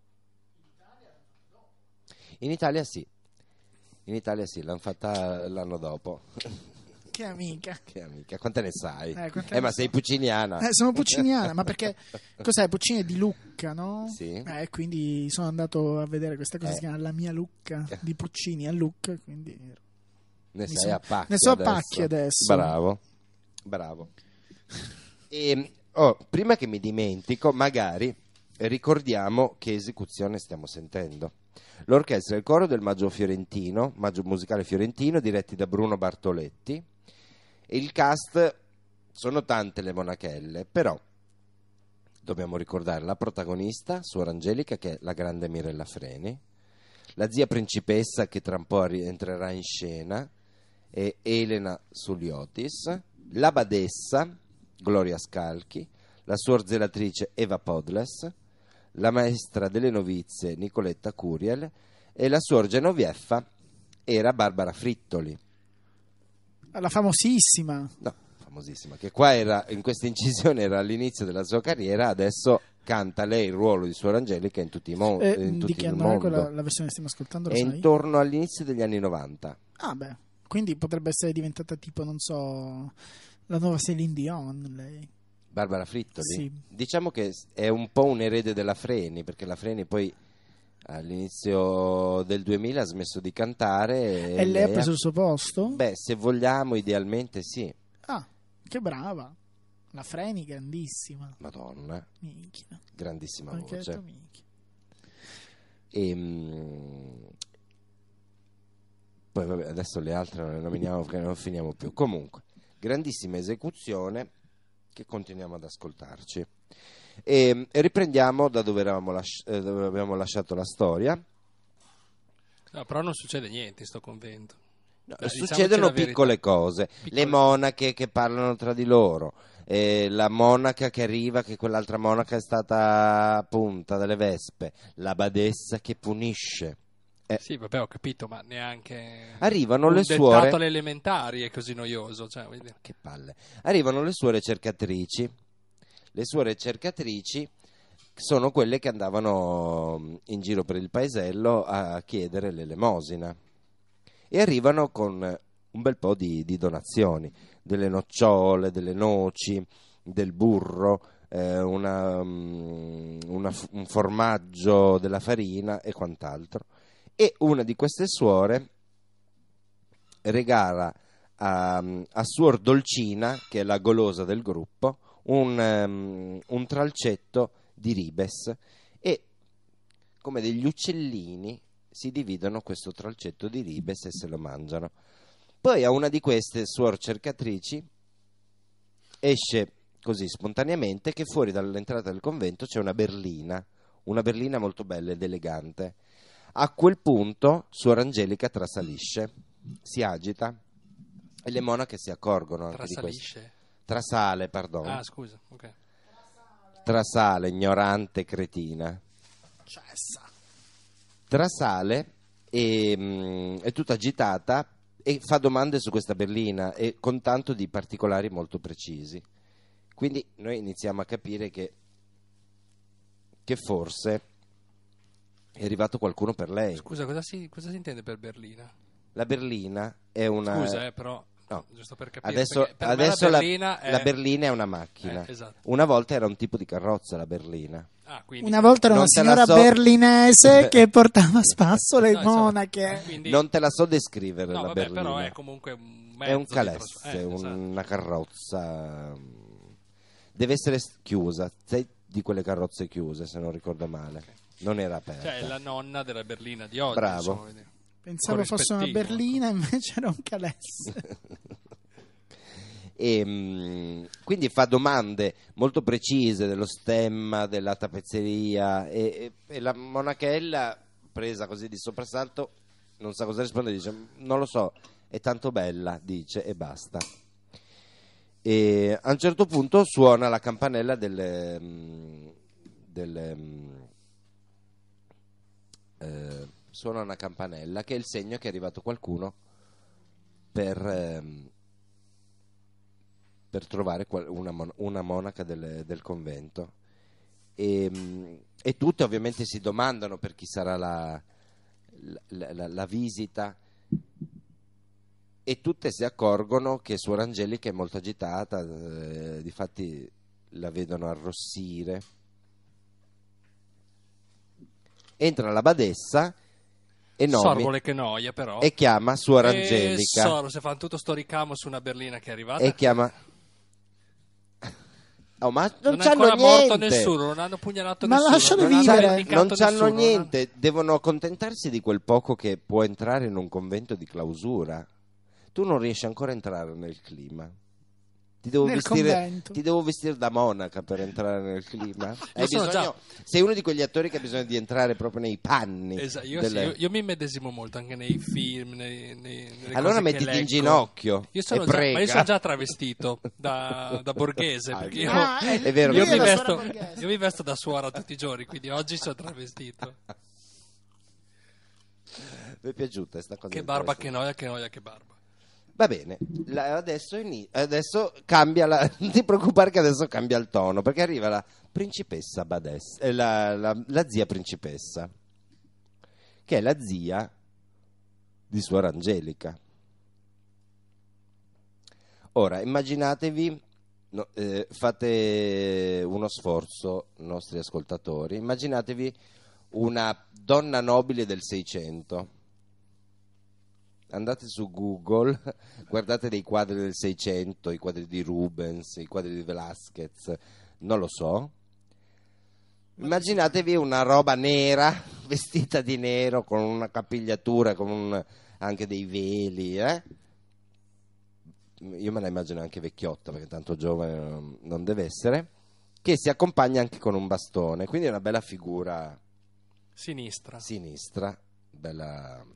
In Italia sì. In Italia sì, l'hanno fatta l'anno dopo. Che amica. Che amica, quante ne sai? Eh, quante Eh, ne ma so? sei pucciniana. Eh, sono pucciniana, ma perché cos'è? Puccini è di Lucca, no? Sì. Eh, quindi sono andato a vedere questa cosa, Eh. si chiama La mia Lucca di Puccini a Lucca, quindi Ne mi sai sono- a pacchi ne so a adesso. pacchi adesso. Bravo, bravo. E, oh, prima che mi dimentico, magari ricordiamo che esecuzione stiamo sentendo. L'orchestra e il coro del Maggio Fiorentino, Maggio Musicale Fiorentino, diretti da Bruno Bartoletti. E il cast, sono tante le monachelle, però dobbiamo ricordare la protagonista, Suor Angelica, che è la grande Mirella Freni, la zia principessa che tra un po' rientrerà in scena, è Elena Suliotis, la badessa Gloria Scalchi, la suor zelatrice Eva Podles, la maestra delle novizie Nicoletta Curiel e la suor Genoveffa era Barbara Frittoli. La famosissima. No, famosissima, che qua era, in questa incisione era all'inizio della sua carriera, adesso canta lei il ruolo di Suor Angelica in tutti i mo- Eh, in di tutto che il anno è mondo. quella, la versione che stiamo ascoltando, lo È sai? intorno all'inizio degli anni novanta. Ah beh, quindi potrebbe essere diventata tipo, non so, la nuova Celine Dion, lei. Barbara Frittoli? Sì. Diciamo che è un po' un erede della Freni, perché la Freni poi all'inizio del duemila ha smesso di cantare. E lei ha preso il suo posto? Beh, se vogliamo, idealmente sì. Ah, che brava. La Freni, grandissima. Madonna, Minchia. grandissima Anche voce. detto minchia. E, mm, poi vabbè, adesso le altre non le nominiamo perché non finiamo più. Comunque, grandissima esecuzione che continuiamo ad ascoltarci. E, e riprendiamo da dove, eravamo lasci- eh, dove abbiamo lasciato la storia. No, però non succede niente in sto convento. No, Dai, diciamoci succedono la verità. piccole cose, Piccole le monache che parlano tra di loro, eh, la monaca che arriva, che quell'altra monaca è stata punta dalle vespe, la badessa che punisce. Eh, Sì, vabbè, ho capito, ma neanche Arrivano un le dettato suore. alle elementari è così noioso, cioè, voglio dire. Che palle. Arrivano le suore cercatrici. Le suore cercatrici sono quelle che andavano in giro per il paesello a chiedere l'elemosina. E arrivano con un bel po' di, di donazioni, delle nocciole, delle noci, del burro, eh, una, mm, una f- un formaggio, della farina e quant'altro. E una di queste suore regala a, a Suor Dolcina, che è la golosa del gruppo, un, um, un tralcetto di ribes e come degli uccellini si dividono questo tralcetto di ribes e se lo mangiano. Poi a una di queste suor cercatrici esce così spontaneamente che fuori dall'entrata del convento c'è una berlina, una berlina molto bella ed elegante. A quel punto Suor Angelica trasalisce si agita e le monache si accorgono anche di questo. Trasalisce. Trasale, perdono. Ah, scusa, ok. Trasale, ignorante, cretina. Cessa. Trasale e mh, è tutta agitata e fa domande su questa berlina e con tanto di particolari molto precisi. Quindi noi iniziamo a capire che, che forse è arrivato qualcuno per lei. Scusa, cosa si, cosa si intende per berlina? La berlina è una... Scusa, eh, però, No. giusto per capire. Adesso, perché per me adesso la la, berlina è... la berlina è una macchina. Eh, esatto. Una volta era un tipo di carrozza la berlina. Ah, quindi... Una volta era Non una te la signora so- berlinese che portava a spasso le No, insomma, monache. quindi- Non te la so descrivere No, la vabbè, berlina. però è comunque un mezzo È un di calesse, trasporto. Eh, esatto. una carrozza. Deve essere s- chiusa. Sai di quelle carrozze chiuse, se non ricordo male. Non era aperta. Cioè, è la nonna della berlina di oggi. Bravo. insomma, quindi- Pensavo fosse una corrispettivo. berlina, invece era un calesse. E, mh, quindi fa domande molto precise dello stemma, della tappezzeria e, e- e la monachella, presa così di soprassalto, non sa cosa rispondere, dice non lo so, è tanto bella, dice, e basta. E a un certo punto suona la campanella delle, mh, delle mh, eh, suona una campanella che è il segno che è arrivato qualcuno per ehm, per trovare qual- una, mon- una monaca del, del convento e, mh, e tutte ovviamente si domandano per chi sarà la, la, la- la visita e tutte si accorgono che Suor Angelica è molto agitata, eh, difatti la vedono arrossire. Entra la badessa e, nomi- Sorvole che noia, però. e chiama Suor E Angelica Soro, se fanno tutto sto ricamo su una berlina che è arrivata. e chiama oh, ma non, non è c'hanno ancora niente. morto nessuno, non hanno pugnalato Ma nessuno. lasciali non hanno vivere. vendicato Non c'hanno nessuno, niente, devono accontentarsi di quel poco che può entrare in un convento di clausura. Tu non riesci ancora a entrare nel clima. Ti devo, Nel vestire, convento. ti devo vestire da monaca per entrare nel clima. Hai sono bisogno- già- Sei uno di quegli attori che ha bisogno di entrare proprio nei panni. Esatto, io, delle- sì, io, io mi medesimo molto anche nei film, nei, nei, nelle Allora cose che mettiti in leggo. ginocchio Io sono e già, prega. ma io sono già travestito da, da borghese, Ah, perché è io, vero. Ah, È vero, io lui che mi è la vesto, suora borghese. io mi vesto da suora tutti i giorni, quindi oggi sono travestito. Mi è piaciuta questa cosa. Che barba, interessante. che noia, che noia, che barba. Va bene, la- adesso, ini- adesso cambia la, non ti preoccupare che adesso cambia il tono, perché arriva la principessa Badessa, eh, la, la- la zia principessa, che è la zia di Suor Angelica. Ora, immaginatevi, no, eh, fate uno sforzo, nostri ascoltatori, immaginatevi una donna nobile del Seicento. Andate su Google, guardate dei quadri del Seicento, i quadri di Rubens, i quadri di Velázquez, non lo so. Immaginatevi una roba nera, vestita di nero, con una capigliatura, con un- anche dei veli, eh? Io me la immagino anche vecchiotta, perché tanto giovane non- non deve essere, che si accompagna anche con un bastone, quindi è una bella figura Sinistra. sinistra, bella...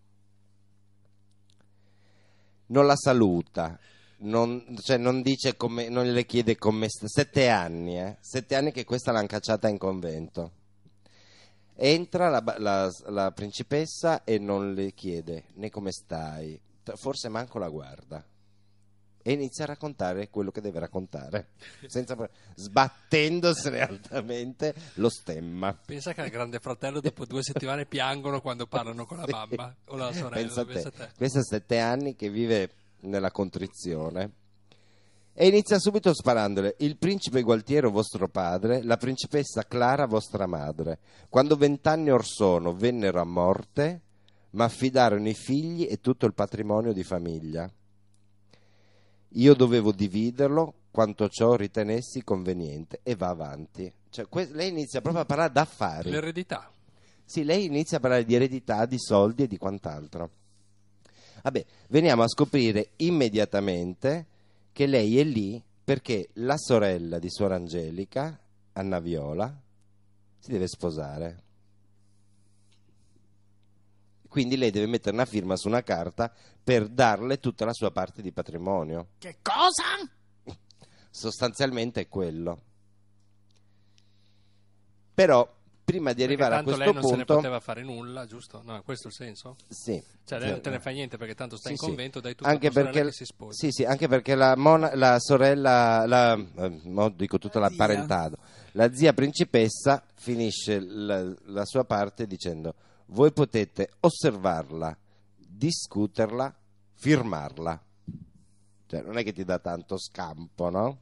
Non la saluta, non, cioè non dice come, non le chiede come sta. Sette anni, eh? Sette anni che questa l'hanno cacciata in convento. Entra la, ba- la- la principessa e non le chiede né come stai, t- forse manco la guarda. E inizia a raccontare quello che deve raccontare, senza, pre- sbattendosene altamente lo stemma. Pensa che al Grande Fratello dopo due settimane piangono quando parlano con la mamma o la sorella. Pensa a pensa te. a te. Questo ha sette anni che vive nella contrizione e inizia subito sparandole: il principe Gualtiero vostro padre, la principessa Clara vostra madre, quando vent'anni or sono vennero a morte, ma affidarono i figli e tutto il patrimonio di famiglia. Io dovevo dividerlo quanto ciò ritenessi conveniente, e va avanti. Cioè, que- lei inizia proprio a parlare d'affari. L'eredità. Sì, lei inizia a parlare di eredità, di soldi e di quant'altro. Vabbè, veniamo a scoprire immediatamente che lei è lì perché la sorella di Suor Angelica, Anna Viola, si deve sposare. quindi lei deve mettere una firma su una carta per darle tutta la sua parte di patrimonio. Che cosa? Sostanzialmente è quello. Però prima di Perché arrivare a tanto questo lei non se ne punto, poteva fare nulla, giusto? No, questo è il senso? sì, Cioè lei non te ne fai niente perché tanto sta Sì, in sì. convento, dai tutto Anche a tua sorella perché, che si sposa. sì, sì, anche perché la, mona- la sorella, la, eh, mo dico tutta la, La zia. parentado, la zia principessa finisce la, la sua parte dicendo: voi potete osservarla, discuterla, firmarla. Cioè non è che ti dà tanto scampo, no?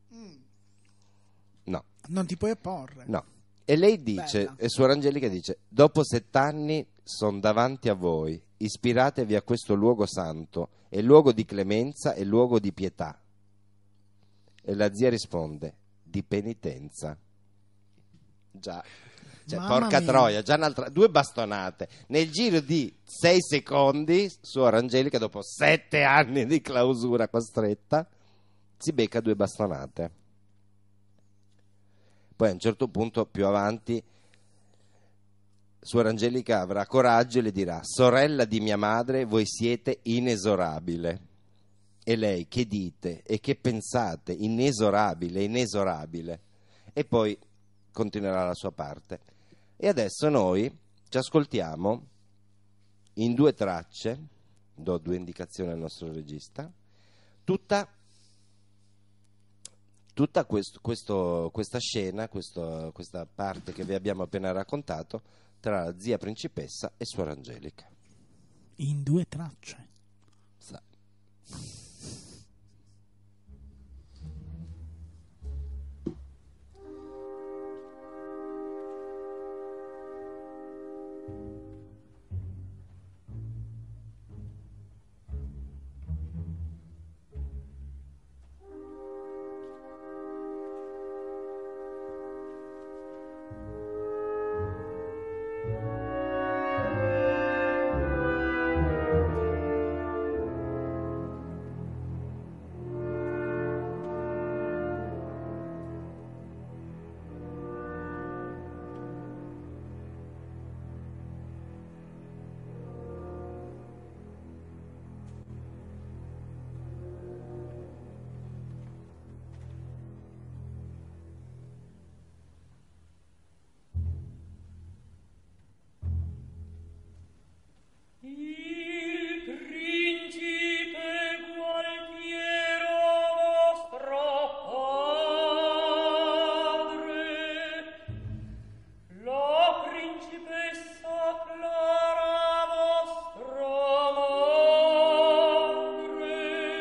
No, Non ti puoi opporre. no. E lei dice, Bella. e Suor Angelica dice: dopo sett'anni sono davanti a voi, ispiratevi a questo luogo santo, è luogo di clemenza e luogo di pietà. E la zia risponde: di penitenza. Già, cioè, Mamma porca mia. troia, già un'altra, due bastonate. Nel giro di sei secondi, Suor Angelica, dopo sette anni di clausura costretta, si becca due bastonate. Poi a un certo punto, più avanti, Suor Angelica avrà coraggio e le dirà: sorella di mia madre, voi siete inesorabile. E lei: che dite e che pensate? Inesorabile, inesorabile. E poi continuerà la sua parte. E adesso noi ci ascoltiamo in due tracce, do due indicazioni al nostro regista, tutta tutta questo, questo, questa scena, questo, questa parte che vi abbiamo appena raccontato tra la zia principessa e Suor Angelica. In due tracce. Sa- Il principe Gualtiero vostro padre, la principessa Clara vostra madre,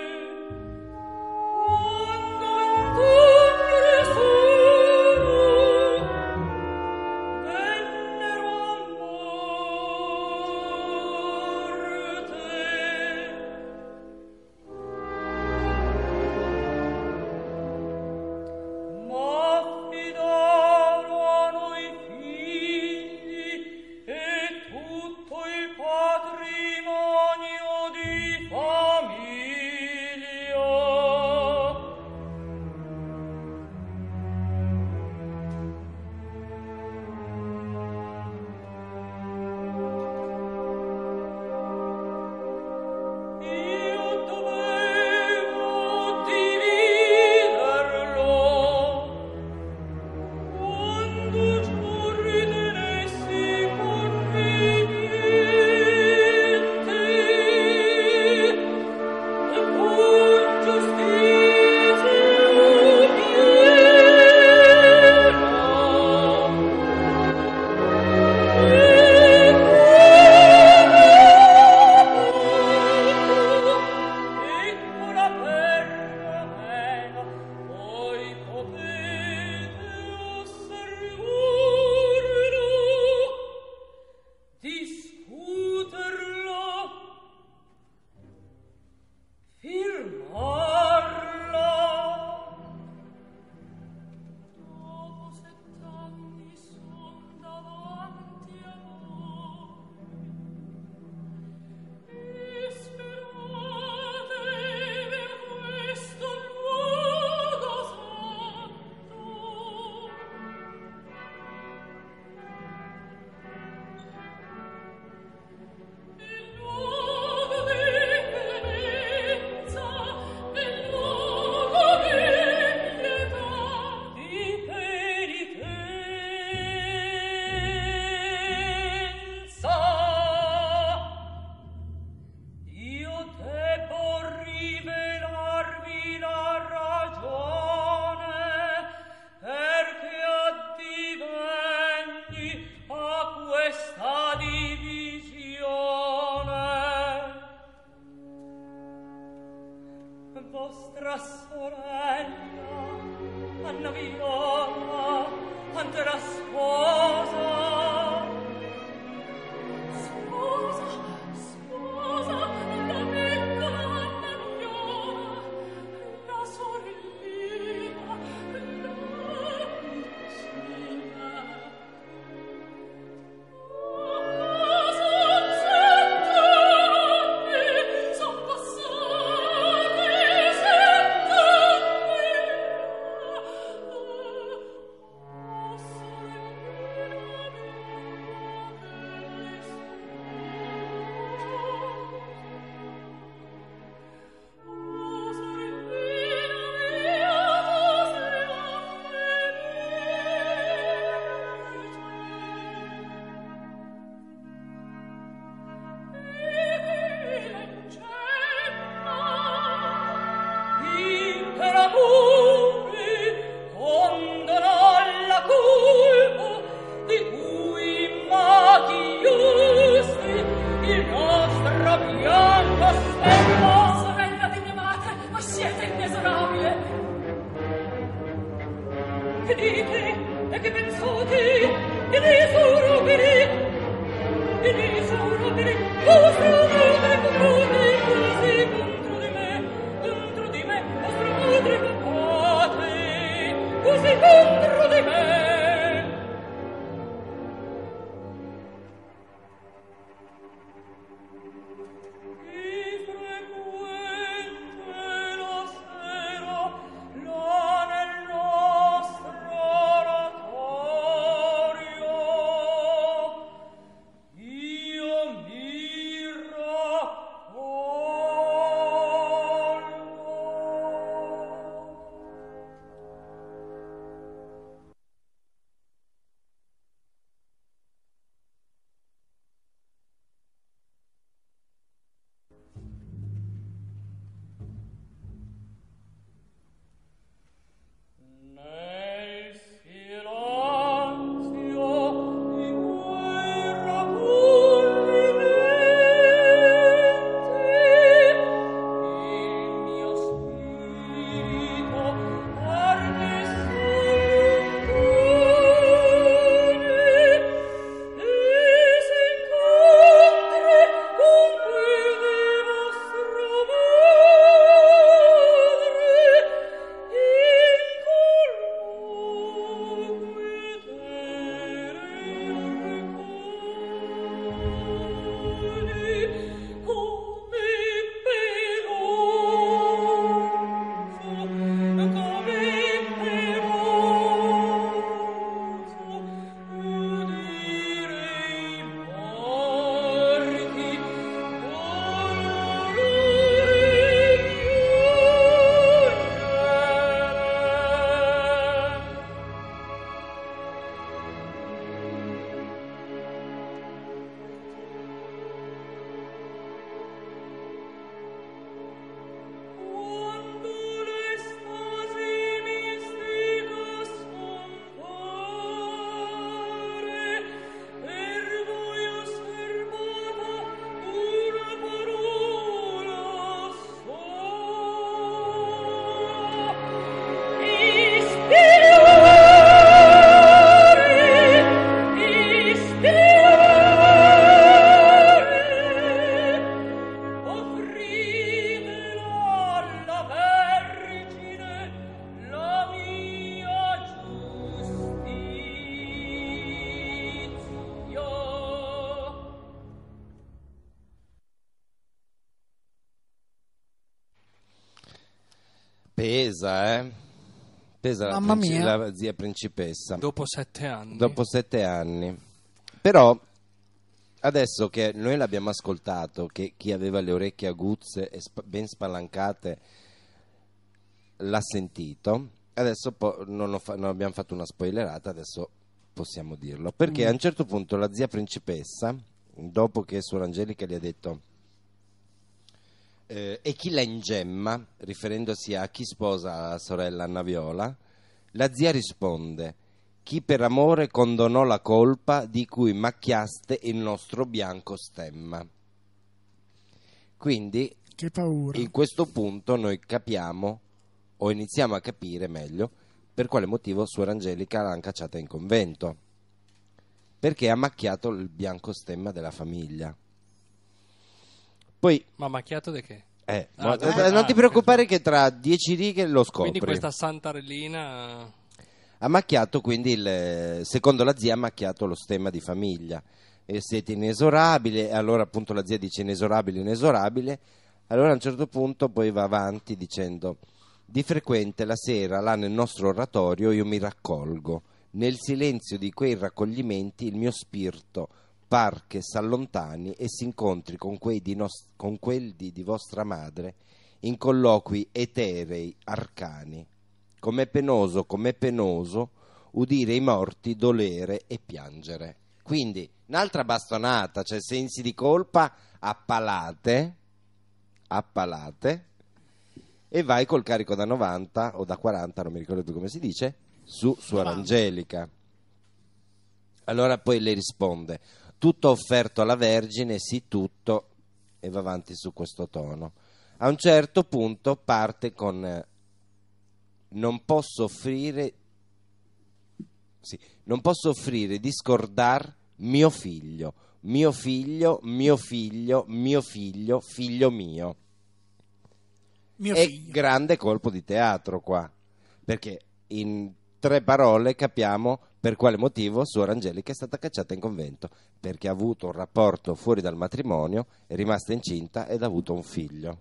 quando Antonio Gesù vennero a ma affidarono i figli e tutto il patrimonio di famiglia. Io dovevo dividerlo quando ciò ritenessi conveniente e con giustizia eccola perlomeno, voi potete osservarlo, discuterlo, firmarlo. vostra sorella Anna Viola andrà sposa sposa sposa la vecchia Anna Viola la sorellina la piccina son sette anni son passati sette anni oh Che dite e che pensate? Che ne sono per che ne sono per vostro padre papate così contro di me contro di me vostro padre papate così contro di me Pesa, eh? Pesa la, Mamma princi- mia. la zia principessa. Dopo sette anni. Dopo sette anni. Però, adesso che noi l'abbiamo ascoltato, che chi aveva le orecchie aguzze e sp- ben spalancate l'ha sentito, adesso po- non, ho fa- non abbiamo fatto una spoilerata, adesso possiamo dirlo. Perché Mm. a un certo punto la zia principessa, dopo che Suor Angelica gli ha detto eh, e chi la ingemma, riferendosi a chi sposa la sorella Anna Viola, la zia risponde: chi per amore condonò la colpa di cui macchiaste il nostro bianco stemma. Quindi Che paura. In questo punto noi capiamo, o iniziamo a capire meglio, per quale motivo Suor Angelica l'hanno cacciata in convento. Perché ha macchiato il bianco stemma della famiglia. Poi, Ma macchiato di che? eh, Ah, mo- dove- eh, non ah, ti preoccupare che tra dieci righe lo scopri. Quindi questa santarellina... Ha macchiato quindi, il, secondo la zia, ha macchiato lo stemma di famiglia. E siete inesorabile, e allora appunto la zia dice inesorabile, inesorabile. Allora a un certo punto poi va avanti dicendo: di frequente la sera là nel nostro oratorio io mi raccolgo. Nel silenzio di quei raccoglimenti il mio spirito par che s'allontani e si incontri con, quei di nos- con quelli di vostra madre in colloqui eterei, arcani. Com'è penoso, com'è penoso udire i morti dolere e piangere. Quindi un'altra bastonata, cioè sensi di colpa appalate, appalate, e vai col carico da novanta o da quaranta, non mi ricordo più come si dice, su Suor novanta. Angelica. Allora poi le risponde: tutto offerto alla Vergine, sì tutto, e va avanti su questo tono. A un certo punto parte con eh, non posso offrire sì, non posso offrire di scordar mio figlio, mio figlio, mio figlio, mio figlio, figlio mio. Mio È figlio. grande colpo di teatro qua, perché in tre parole capiamo per quale motivo Suor Angelica è stata cacciata in convento, perché ha avuto un rapporto fuori dal matrimonio, è rimasta incinta ed ha avuto un figlio.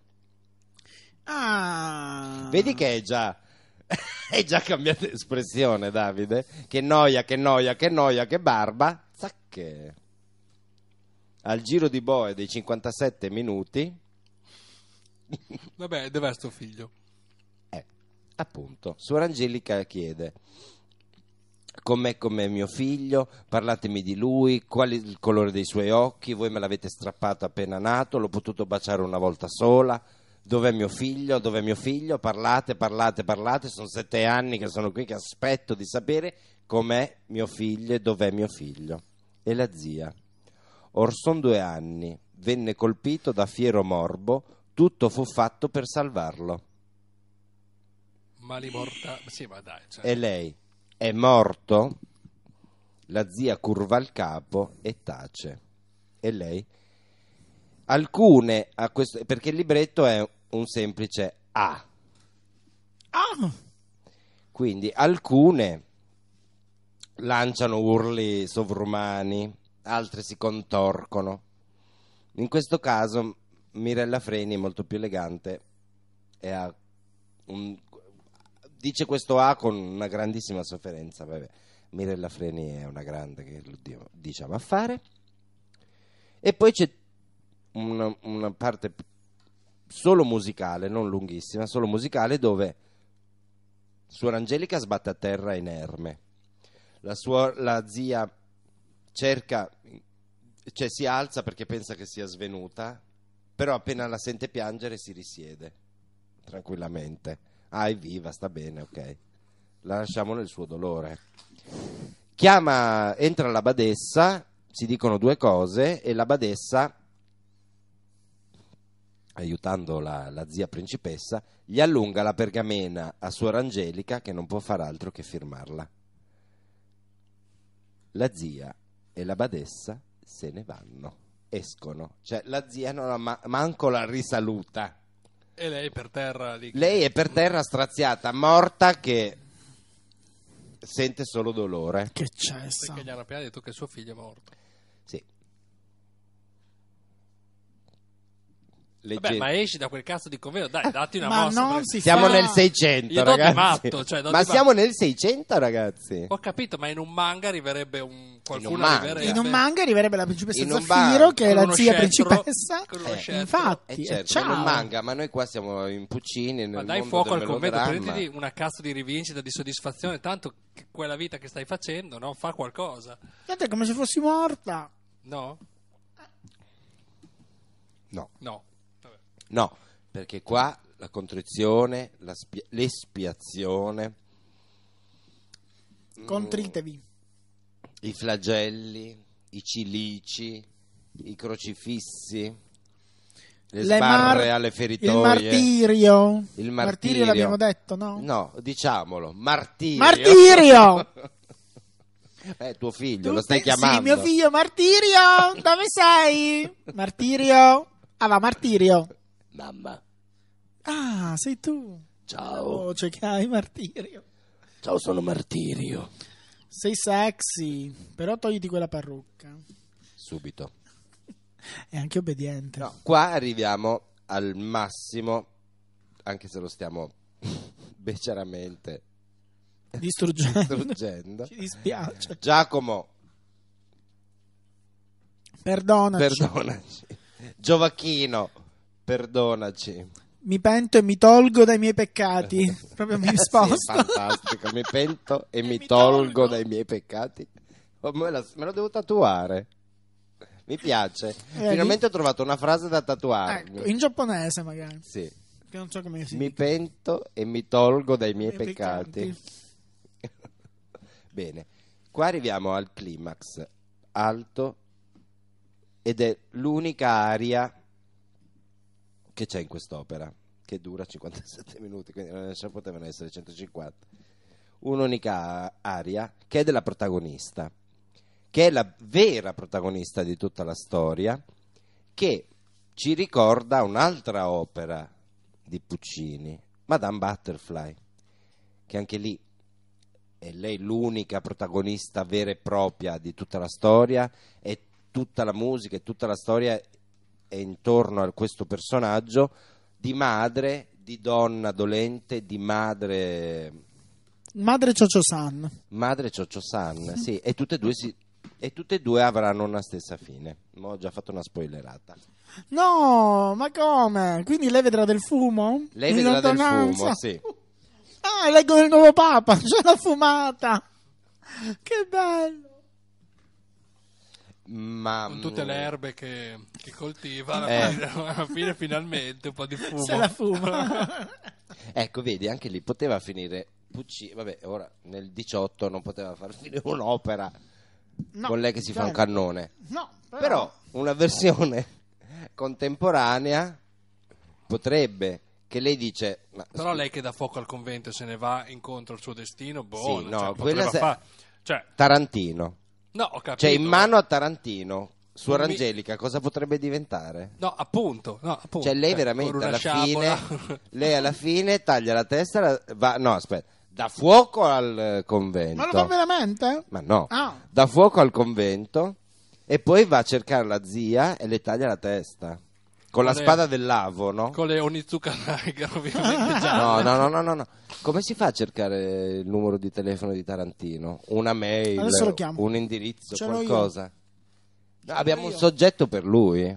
Ah. Vedi che è già è già cambiata espressione, Davide? Che noia, che noia, che noia, che barba. Zacche. Al giro di boe dei cinquantasette minuti, Vabbè, dov'è sto figlio? eh, appunto, Suor Angelica chiede: com'è com'è mio figlio, parlatemi di lui, qual è il colore dei suoi occhi, voi me l'avete strappato appena nato, l'ho potuto baciare una volta sola, dov'è mio figlio, dov'è mio figlio, parlate, parlate, parlate, sono sette anni che sono qui che aspetto di sapere com'è mio figlio e dov'è mio figlio. E la zia: or son due anni, venne colpito da fiero morbo, tutto fu fatto per salvarlo. Mali morta... Sì, ma dai, cioè... E lei: è morto? La zia curva il capo e tace. E lei? Alcune, a questo, perché il libretto è un semplice A. Ah. Quindi alcune lanciano urli sovrumani, altre si contorcono. In questo caso Mirella Freni è molto più elegante e ha un, dice questo A con una grandissima sofferenza. Vabbè, Mirella Freni è una grande che lo dio- diciamo a fare. E poi c'è una, una parte solo musicale, non lunghissima, solo musicale, dove Suor Angelica sbatte a terra inerme. La, sua, la zia cerca, cioè si alza perché pensa che sia svenuta, però appena la sente piangere si risiede tranquillamente. Ah, è viva, sta bene, ok. La lasciamo nel suo dolore. Chiama, entra la badessa, si dicono due cose e la badessa, aiutando la, la zia principessa, gli allunga la pergamena a Suor Angelica, che non può far altro che firmarla. La zia e la badessa se ne vanno, escono, cioè la zia non ha ma- manco la risaluta. E lei per terra lì... Lei è per terra straziata, morta, che sente solo dolore. Che cessa. Perché gli hanno appena detto che suo figlio è morto. Sì. Vabbè, Legge- ma esci da quel cazzo di convento, dai, datti una Ma mossa. non perché- si Siamo fa. nel seicento, Io do di ragazzi. matto, cioè, do ma di siamo matto. nel seicento, ragazzi. Ho capito, ma in un manga arriverebbe un... qualcuno manga. arriverebbe... In un manga arriverebbe la principessa In un Zaffiro, manga, che è con la uno zia scettro, principessa. con uno Eh, scettro. Infatti, Eh certo, ciao. non manga, ma noi qua siamo in Puccini nel Ma dai mondo fuoco del al convento, melodramma. prenditi una cazzo di rivincita, di soddisfazione, tanto che quella vita che stai facendo, no? Fa qualcosa, Guardate, è come se fossi morta. no? No, No. Vabbè. no, perché qua la contrizione, la spia- l'espiazione, Contritevi. i flagelli, i cilici, i crocifissi, le, Le sbarre mar- alle feritoie. Il martirio. Il Martirio martirio. l'abbiamo detto, no? No, diciamolo, martirio. Martirio! Eh, tuo figlio, Tu lo stai te- chiamando. Sì, mio figlio Martirio, dove sei? Martirio. Ah, va, Martirio. Mamma, Ah, sei tu. La ciao. voce che hai, Martirio. Ciao, sono Martirio. Sei sexy, però togliti quella parrucca. Subito. È anche obbediente. No, qua arriviamo al massimo, anche se lo stiamo beceramente Distruggendo. distruggendo. Ci dispiace. Giacomo, Perdonaci. perdonaci. Giovacchino, perdonaci. Mi pento e mi tolgo dai miei peccati. Proprio mi Sì, sposto. fantastico, mi pento e, E mi mi tolgo tolgo. dai miei peccati. Oh, me, la- me lo devo tatuare. Mi piace. Vedi? Finalmente ho trovato una frase da tatuarmi. Ecco, in giapponese magari. Sì. Che non so come si Mi dica. pento e mi tolgo dai miei I miei peccati. Bene, qua arriviamo al climax alto ed è l'unica aria che c'è in quest'opera, che dura cinquantasette minuti, quindi non ce ne potevano essere centocinquanta. Un'unica aria che è della protagonista, che è la vera protagonista di tutta la storia, che ci ricorda un'altra opera di Puccini, Madame Butterfly, che anche lì è lei l'unica protagonista vera e propria di tutta la storia, e tutta la musica e tutta la storia è intorno a questo personaggio di madre, di donna dolente, di madre Madre Chocho-san. madre Chocho-san, sì, e tutte e due si, e tutte e due avranno una stessa fine. Mo' ho già fatto una spoilerata. No, ma come? Quindi lei vedrà del fumo? Lei In vedrà del lontananza? fumo, sì. Ah, leggo del nuovo Papa, c'è la fumata. Che bello. Ma Con tutte le erbe che, che coltiva, alla, Eh. fine, alla fine finalmente un po' di fumo. Se la fuma. ecco, vedi, anche lì poteva finire Puccini, vabbè, ora nel diciotto non poteva far finire un'opera No, con lei che si fa un certo. cannone. No, però, Però una versione contemporanea potrebbe, che lei dice ma, Però lei che dà fuoco al convento e se ne va incontro al suo destino, buono. Sì, no, cioè, quella potrebbe se- fa- cioè, Tarantino, no, ho capito. cioè in mano a Tarantino, Suor Non mi- Angelica cosa potrebbe diventare? No, appunto, no, appunto. Cioè lei Cioè, veramente con una alla sciabola. fine, lei alla fine taglia la testa, la- va, no aspetta, dà fuoco al eh, convento. ma lo fa veramente? Ma no, Ah. dà fuoco al convento e poi va a cercare la zia e le taglia la testa. Con la Con le- spada del lavo, no? Con le Onizuka Tiger, ovviamente già. No, no, no, no, no, no. Come si fa a cercare il numero di telefono di Tarantino? Una mail, Adesso lo chiamo. un indirizzo, Ce l'ho io. qualcosa? No, abbiamo io. un soggetto per lui.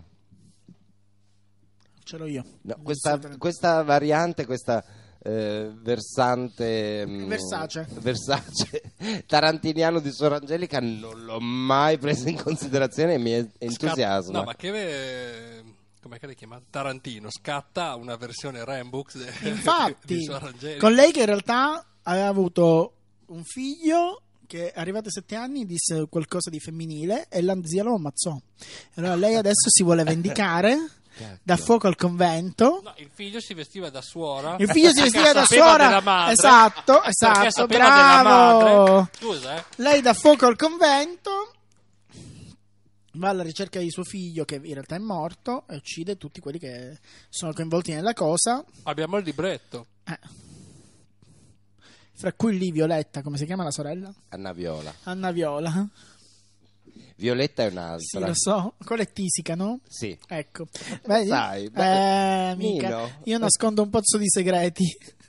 Ce l'ho io. No, questa, Assolutamente. questa variante, questa eh, versante mm, Versace. Versace tarantiniano di Suor Angelica non l'ho mai preso in considerazione e mi Scatta- entusiasma. No, ma che... eh, com'è che l'hai chiamato? Tarantino. Scatta una versione Rambux de- di Infatti, Suor Angelica. con lei che in realtà aveva avuto un figlio che arrivato ai sette anni disse qualcosa di femminile e la zia lo ammazzò. Allora lei adesso si vuole vendicare, dà fuoco al convento. No, il figlio si vestiva da suora. Il figlio si perché vestiva da sapeva suora. della madre. Esatto, Perché esatto, sapeva della bravo. madre. Scusa, eh. Lei dà fuoco al convento, va alla ricerca di suo figlio che in realtà è morto e uccide tutti quelli che sono coinvolti nella cosa. Abbiamo il libretto. Eh. Fra cui lì Violetta, come si chiama la sorella? Anna Viola. Anna Viola. Violetta è Sì, un'altra. lo so. Quella è Tisica, no? Sì. Ecco. Vedi? Sai, eh, beh, amica, Nino. io nascondo un pozzo di segreti.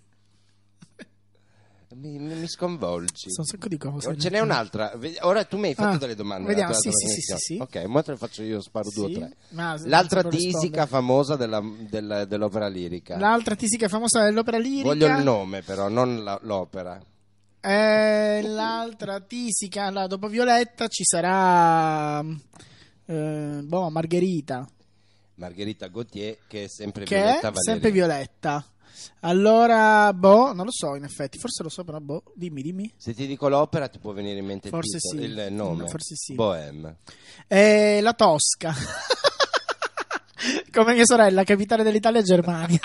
Mi, mi- mi sconvolgi. Sono un sacco di cose. Ce n'è un'altra. Ve- Ora tu mi hai fatto Ah, delle domande. vediamo, nella tua sì, sì, sì, trasmissione. sì, sì. Ok, ora te le faccio io, sparo due o Sì, tre. ma se L'altra non saprò tisica rispondere. famosa della- del- dell'opera lirica. L'altra Tisica famosa dell'opera lirica. Voglio il nome però, non la- l'opera. Eh, l'altra Tisica, là, dopo Violetta ci sarà eh, boh, Margherita, Margherita Gautier, che è sempre che Violetta è Valeria. sempre Violetta. Allora, boh, non lo so in effetti, forse lo so, però boh, dimmi, dimmi. Se ti dico l'opera ti può venire in mente Forse il, titolo, sì. il nome. No, forse sì. Bohème. Eh, la Tosca. Come mia sorella, capitale dell'Italia, Germania.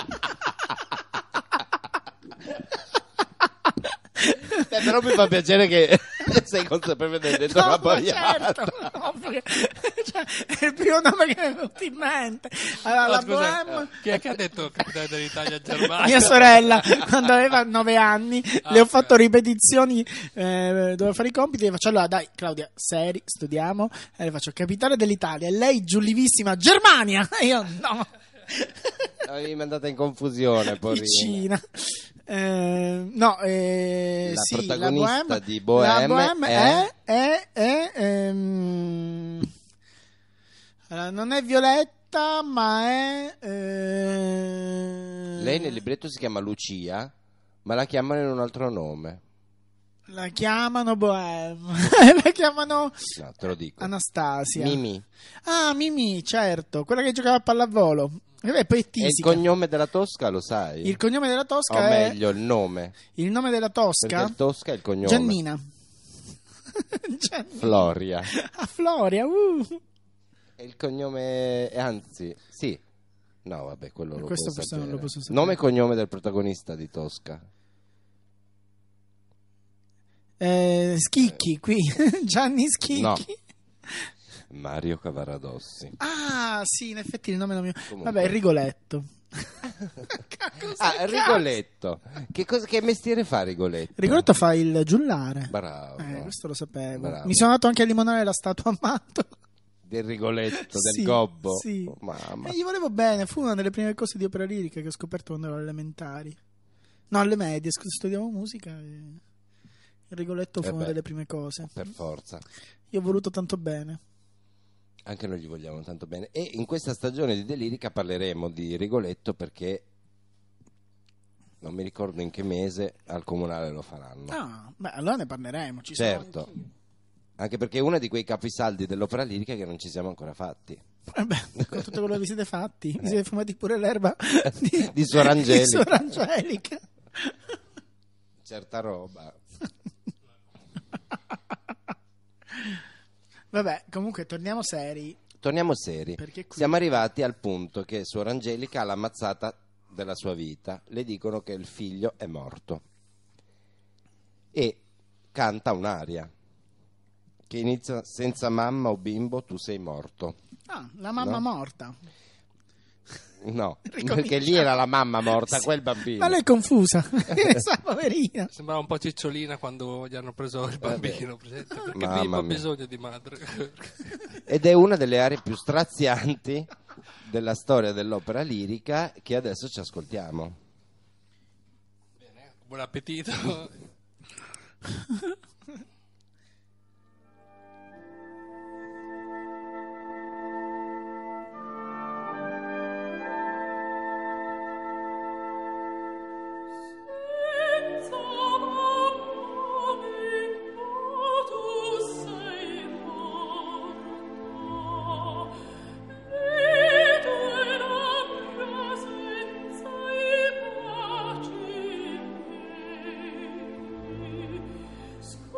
Eh, però mi fa piacere che sei consapevole di aver detto No, una ma boiata. certo, no, perché, cioè, è il primo nome che mi è venuto in mente. Allora, No, la scusa, Bohème, chi è che ha detto capitale dell'Italia Germania? mia sorella, quando aveva nove anni, Ah, le ho ok. fatto ripetizioni, eh, doveva fare i compiti, e le faccio, allora dai Claudia, seri, studiamo, e le faccio capitale dell'Italia, e lei giù livissima, Germania, e io no. Avevi mandata in confusione, porina. Vicina. Eh, no, eh, La sì, protagonista la Bohème, di Bohème la Bohème è- è, è, è, ehm, allora, non è Violetta, ma è eh, Lei nel libretto si chiama Lucia, ma la chiamano in un altro nome. la chiamano Bohème. La chiamano No, te lo dico. Anastasia. Mimi. Ah, Mimi, certo, quella che giocava a pallavolo. E beh, poi è E il tisica. cognome della Tosca lo sai? Il cognome della Tosca o è meglio, il nome. il nome della Tosca? Perché il Tosca è il cognome. Giannina. Giannina. Floria. A Floria, uh. E il cognome, eh, anzi, sì. No, vabbè, quello lo Questo puoi forse non sapere. lo posso sapere. Nome e cognome del protagonista di Tosca. Eh, Schicchi, qui. Gianni Schicchi. No. Mario Cavaradossi. Ah, sì, in effetti il nome non mio. Comunque. Vabbè, Rigoletto. Ah, Rigoletto. Che, cosa, che mestiere fa Rigoletto? Rigoletto fa il giullare. Bravo. Eh, questo lo sapevo. Bravo. Mi sono dato anche a limonare la statua a matto. Del Rigoletto, del Sì, gobbo. sì. Oh, mamma. E gli volevo bene, fu una delle prime cose di opera lirica che ho scoperto quando ero alle elementari. No, alle medie, scusa, studiavo musica e il Rigoletto fu Eh una beh, delle prime cose. Per forza. Io ho voluto tanto bene. Anche noi gli vogliamo tanto bene. E in questa stagione di Delirica parleremo di Rigoletto perché non mi ricordo in che mese al comunale lo faranno. Ah, beh, allora ne parleremo. Ci Certo. sono anch'io. Anche perché è uno di quei capisaldi dell'opera lirica che non ci siamo ancora fatti. Eh beh, con tutto quello che vi siete fatti, vi siete fumati pure l'erba di, Di Suor Angelica. di Suor Angelica. Certa roba. Vabbè, comunque torniamo seri. Torniamo seri. Perché qui- Siamo arrivati al punto che Suor Angelica ha l'ammazzata della sua vita. Le dicono che il figlio è morto. E canta un'aria che inizia: senza mamma o bimbo tu sei morto. Ah, la mamma No. morta. No, Ricominciamo. perché lì era la mamma morta, Sì. quel bambino. Ma lei è confusa. Sa, poverina. Sembrava un po' Cicciolina quando gli hanno preso il bambino, presente? Perché Mamma Pippo ha mia. bisogno di madre. Ed è una delle aree più strazianti della storia dell'opera lirica che adesso ci ascoltiamo. Buon appetito. Senza mamma bimbo tu sei morta, e tue labbra senza i baci miei.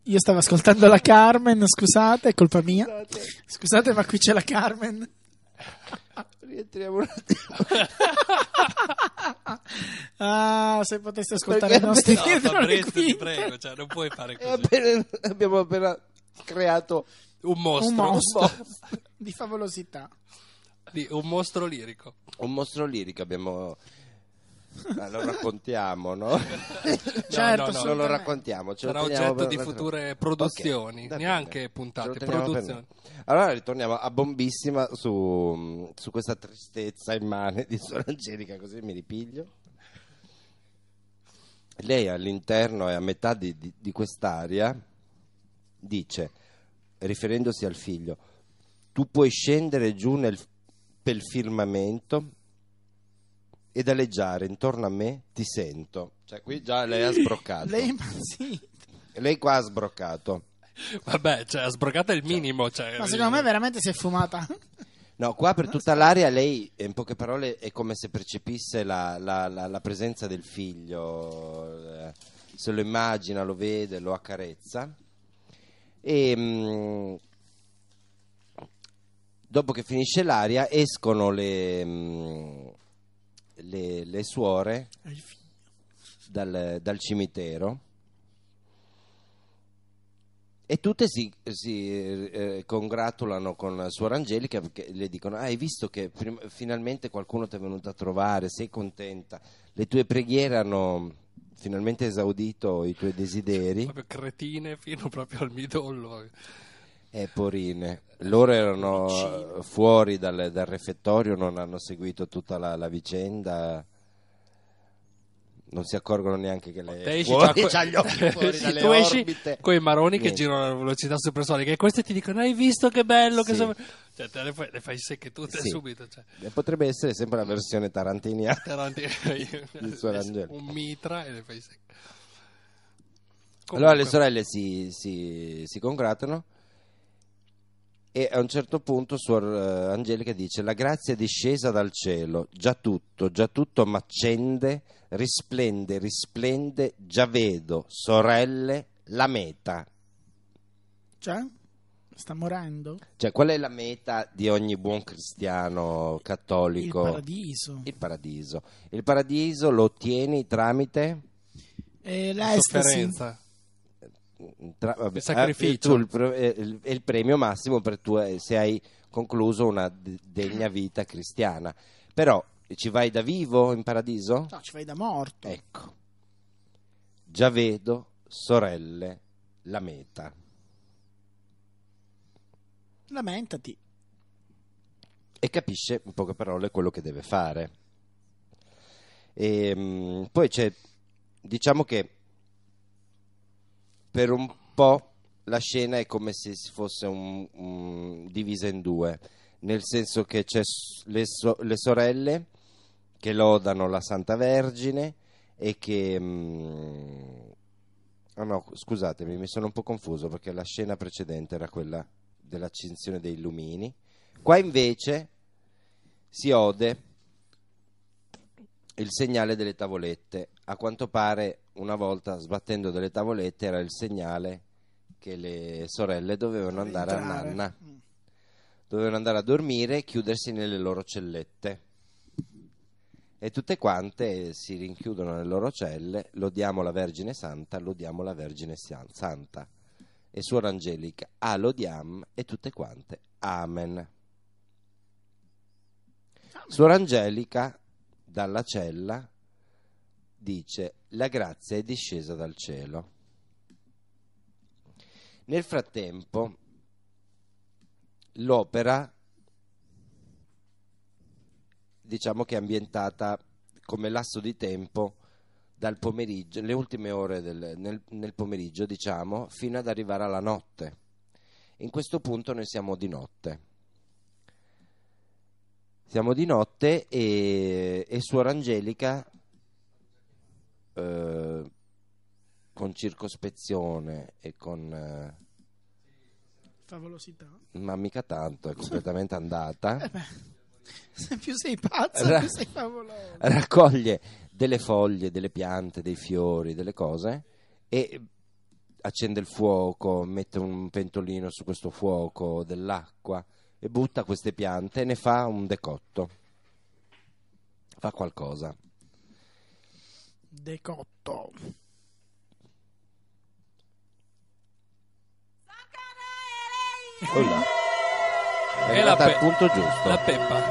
Io stavo ascoltando la Carmen, scusate, è colpa mia. Scusate, ma qui c'è la Carmen. Rientriamo un attimo. Ah, se poteste ascoltare Perché i nostri No, dietro le Fabrizio, ti quinte. prego, cioè, non puoi fare E così. appena- abbiamo appena creato Un mostro. Un mostro di favolosità. Di- un mostro lirico. un mostro lirico. Abbiamo. Ma lo raccontiamo, no? Certo, no, no. Non lo assolutamente. raccontiamo. Ce lo Sarà teniamo oggetto per- di future produzioni, Ok, va neanche bene. puntate, Ce lo teniamo per produzioni. noi. Allora ritorniamo a bombissima su, su questa tristezza immane di Suor Angelica, così mi ripiglio. Lei all'interno e a metà di, di, di quest'aria dice, riferendosi al figlio: tu puoi scendere giù nel, pel firmamento ed aleggiare intorno a me, ti sento. Cioè qui già lei ha sbroccato. Lei è impazzita. Lei qua ha sbroccato. Vabbè, cioè, ha sbroccato il minimo. Cioè, Ma secondo me veramente si è fumata. No, qua per tutta l'area lei, in poche parole, è come se percepisse la, la- la- la presenza del figlio, eh, se lo immagina, lo vede, lo accarezza. E mm, dopo che finisce l'aria escono le, mm, le, le suore dal, dal cimitero. E tutte si, si eh, congratulano con Suor Angelica perché le dicono: ah, hai visto che prim- finalmente qualcuno ti è venuto a trovare, sei contenta, le tue preghiere hanno finalmente esaudito i tuoi desideri. proprio cretine fino proprio al midollo. Eh, porine, loro erano fuori dal, dal refettorio, non hanno seguito tutta la, la vicenda. Non si accorgono neanche che lei Te è esci fuori, già co- c'ha gli occhi fuori Sì, dalle tu esci orbite. con i maroni che Niente. girano a velocità supersonica e questi ti dicono: hai visto che bello che Sì. sono... Cioè te le fai, le fai secche tutte Sì. subito, cioè. Eh, Potrebbe essere sempre la versione tarantiniana. Davanti- Di Suor Angelica. un mitra e le fai secche. Allora le Comunque, sorelle si, si, si congratano e a un certo punto Suor eh, Angelica dice: la grazia è discesa dal cielo, già tutto, già tutto m'accende, risplende, risplende, già vedo, sorelle, la meta. Cioè? Sta morendo? Cioè, qual è la meta di ogni buon cristiano Il cattolico? paradiso. Il paradiso. Il paradiso lo ottieni tramite... E l'estasi. sofferenza. Tra, vabbè, Il sacrificio. eh, tu il, pre- eh, il- è il premio massimo per tu eh, se hai concluso una de- degna vita cristiana. Però ci vai da vivo in paradiso? No, ci fai da morto. Ecco, già vedo, sorelle, la meta. Lamentati. E capisce in poche parole quello che deve fare. E, mh, poi c'è, diciamo che per un po' la scena è come se si fosse un, un- divisa in due, nel senso che c'è s- le, so- le sorelle che lodano la Santa Vergine e che... mh, ah no, scusatemi, mi sono un po' confuso perché la scena precedente era quella dell'accensione dei lumini. Qua invece si ode il segnale delle tavolette. A quanto pare una volta sbattendo delle tavolette era il segnale che le sorelle dovevano andare a Entrare. nanna, Mm. dovevano andare a dormire e chiudersi nelle loro cellette. E tutte quante si rinchiudono nelle loro celle, lodiamo la Vergine Santa, lodiamo la Vergine Sia- Santa. E Suor Angelica, ah, lodiam, e tutte quante, amen. Suor Angelica, dalla cella, dice: la grazia è discesa dal cielo. Nel frattempo, l'opera, diciamo che è ambientata come lasso di tempo dal pomeriggio, le ultime ore del, nel, nel pomeriggio, diciamo, fino ad arrivare alla notte. In questo punto noi siamo di notte. Siamo di notte e, e Suor Angelica, eh, con circospezione e con... eh, Favolosità. ma mica tanto, è completamente andata, Eh beh, se più sei pazzo, Ra- più sei favoloso. raccoglie delle foglie, delle piante, dei fiori, delle cose e accende il fuoco, mette un pentolino su questo fuoco dell'acqua e butta queste piante e ne fa un decotto. Fa qualcosa. Decotto. Oh là. È È la arrivata pe- al punto giusto. La Peppa.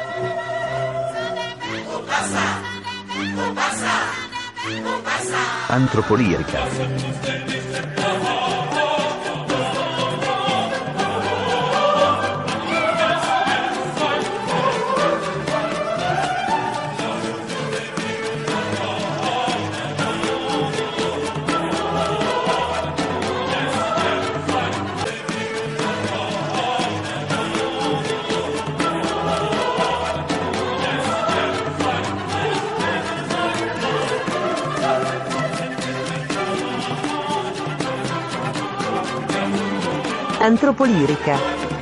Antropolirica. Antropolirica.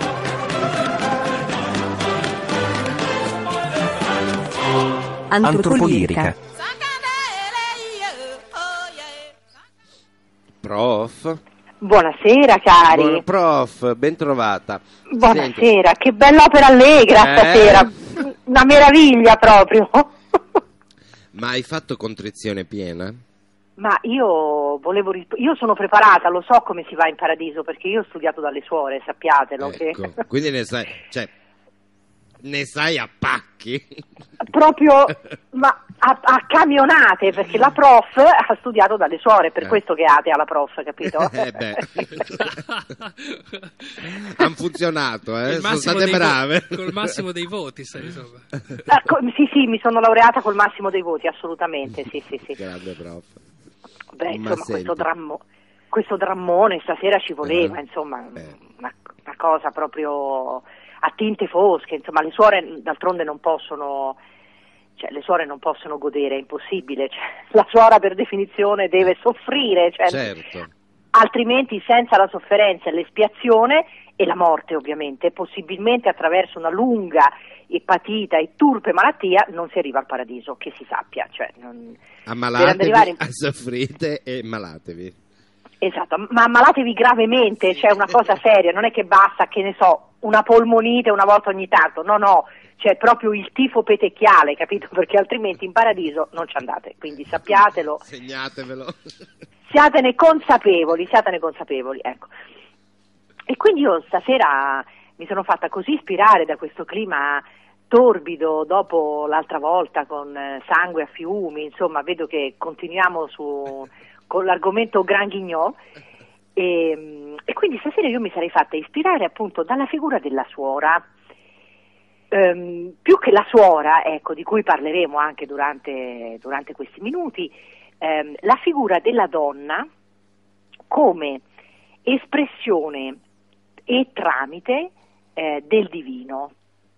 Antropolirica. Prof. Buonasera cari. Buon- prof, ben trovata. Buonasera, che bella opera allegra Eh? stasera. Una meraviglia proprio. Ma hai fatto contrizione piena? Ma io volevo risp- io sono preparata, lo so come si va in paradiso perché io ho studiato dalle suore, sappiatelo. Ecco, Che... quindi ne sai, cioè, ne sai a pacchi. proprio ma a, a camionate perché la prof ha studiato dalle suore, per Eh. questo che è atea la prof, capito? Eh beh, hanno funzionato, eh? Col Sono massimo state dei vo- brave. col massimo dei voti, sai, insomma. Ah, co- sì, sì, mi sono laureata col massimo dei voti, assolutamente, sì, sì, sì. Grande prof. Beh, Ma insomma, senti. questo, drammo- questo drammone stasera ci voleva, Eh. insomma, Eh. una, una cosa proprio a tinte fosche, insomma, le suore d'altronde non possono, cioè, le suore non possono godere, è impossibile, cioè, la suora per definizione deve soffrire, cioè, Certo. altrimenti senza la sofferenza e l'espiazione e la morte ovviamente, possibilmente attraverso una lunga epatita e turpe malattia non si arriva al paradiso, che si sappia, cioè, non... Ammalatevi, arrivare in- soffrite e malatevi. Esatto, ma ammalatevi gravemente, cioè una cosa seria, non è che basta, che ne so, una polmonite una volta ogni tanto, no, no, c'è proprio il tifo petecchiale, capito? Perché altrimenti in paradiso non ci andate, quindi sappiatelo, Segnatevelo. siatene consapevoli, siatene consapevoli, ecco. E quindi io stasera mi sono fatta così ispirare da questo clima torbido dopo l'altra volta con eh, sangue a fiumi, insomma, vedo che continuiamo su con l'argomento Grand Guignol e, e quindi stasera io mi sarei fatta ispirare appunto dalla figura della suora. Ehm, più che la suora, ecco, di cui parleremo anche durante, durante questi minuti, ehm, la figura della donna come espressione e tramite eh, del divino.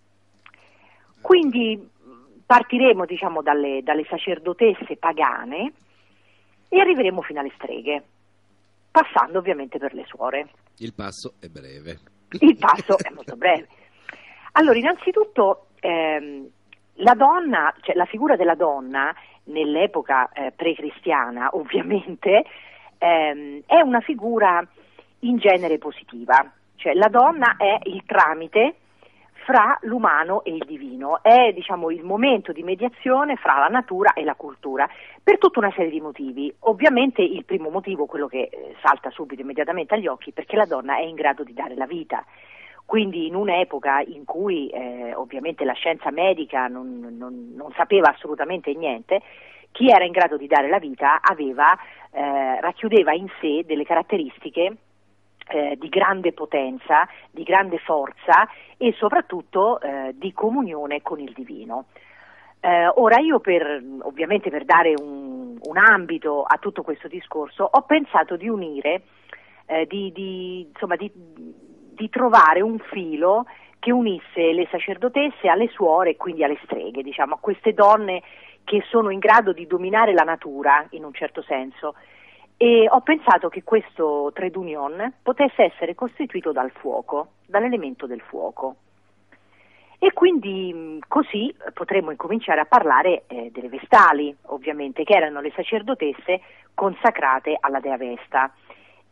Quindi partiremo, diciamo, dalle, dalle sacerdotesse pagane e arriveremo fino alle streghe, passando ovviamente per le suore. Il passo è breve. Il passo è molto breve. Allora, innanzitutto ehm, la donna, cioè la figura della donna nell'epoca eh, pre-cristiana, ovviamente, ehm, è una figura in genere positiva, cioè la donna è il tramite fra l'umano e il divino, è, diciamo, il momento di mediazione fra la natura e la cultura, per tutta una serie di motivi. Ovviamente il primo motivo, quello che eh, salta subito immediatamente agli occhi, perché la donna è in grado di dare la vita. Quindi in un'epoca in cui eh, ovviamente la scienza medica non, non, non sapeva assolutamente niente, chi era in grado di dare la vita aveva, eh, racchiudeva in sé delle caratteristiche eh, di grande potenza, di grande forza e soprattutto eh, di comunione con il divino. Eh, ora io per, ovviamente per dare un, un ambito a tutto questo discorso ho pensato di unire, eh, di, di, insomma di, di trovare un filo che unisse le sacerdotesse alle suore e quindi alle streghe, diciamo, a queste donne che sono in grado di dominare la natura in un certo senso, e ho pensato che questo trade union potesse essere costituito dal fuoco, dall'elemento del fuoco. E quindi mh, così potremmo incominciare a parlare eh, delle Vestali, ovviamente, che erano le sacerdotesse consacrate alla dea Vesta.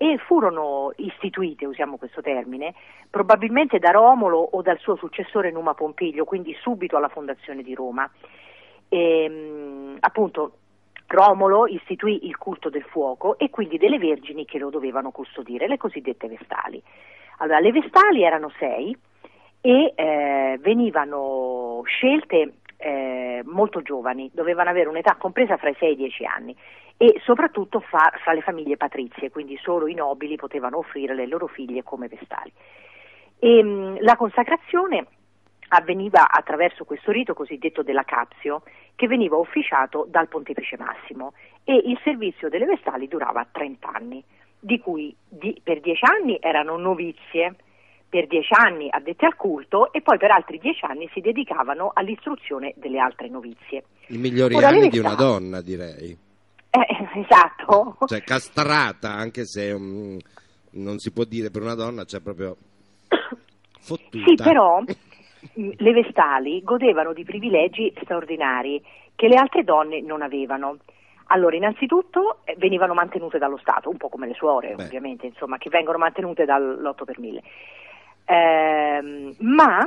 e furono istituite, usiamo questo termine, probabilmente da Romolo o dal suo successore Numa Pompilio, quindi subito alla fondazione di Roma. E, appunto, Romolo istituì il culto del fuoco e quindi delle vergini che lo dovevano custodire, le cosiddette vestali. Allora, le vestali erano sei e eh, venivano scelte eh, molto giovani, dovevano avere un'età compresa fra i sei e i dieci anni e soprattutto fa, fra le famiglie patrizie, quindi solo i nobili potevano offrire le loro figlie come vestali. E, mh, la consacrazione avveniva attraverso questo rito cosiddetto della capsio, che veniva officiato dal pontefice massimo, e il servizio delle vestali durava trenta anni, di cui di, per dieci anni erano novizie, per dieci anni addette al culto e poi per altri dieci anni si dedicavano all'istruzione delle altre novizie. I migliori Ora, anni le di una vestali- donna, direi. Eh, esatto. Cioè castrata, anche se um, non si può dire per una donna, cioè proprio fottuta. Sì, però mh, le vestali godevano di privilegi straordinari che le altre donne non avevano. Allora, innanzitutto eh, venivano mantenute dallo Stato, un po' come le suore, Beh. ovviamente, insomma, che vengono mantenute dall'otto per mille. Ehm, ma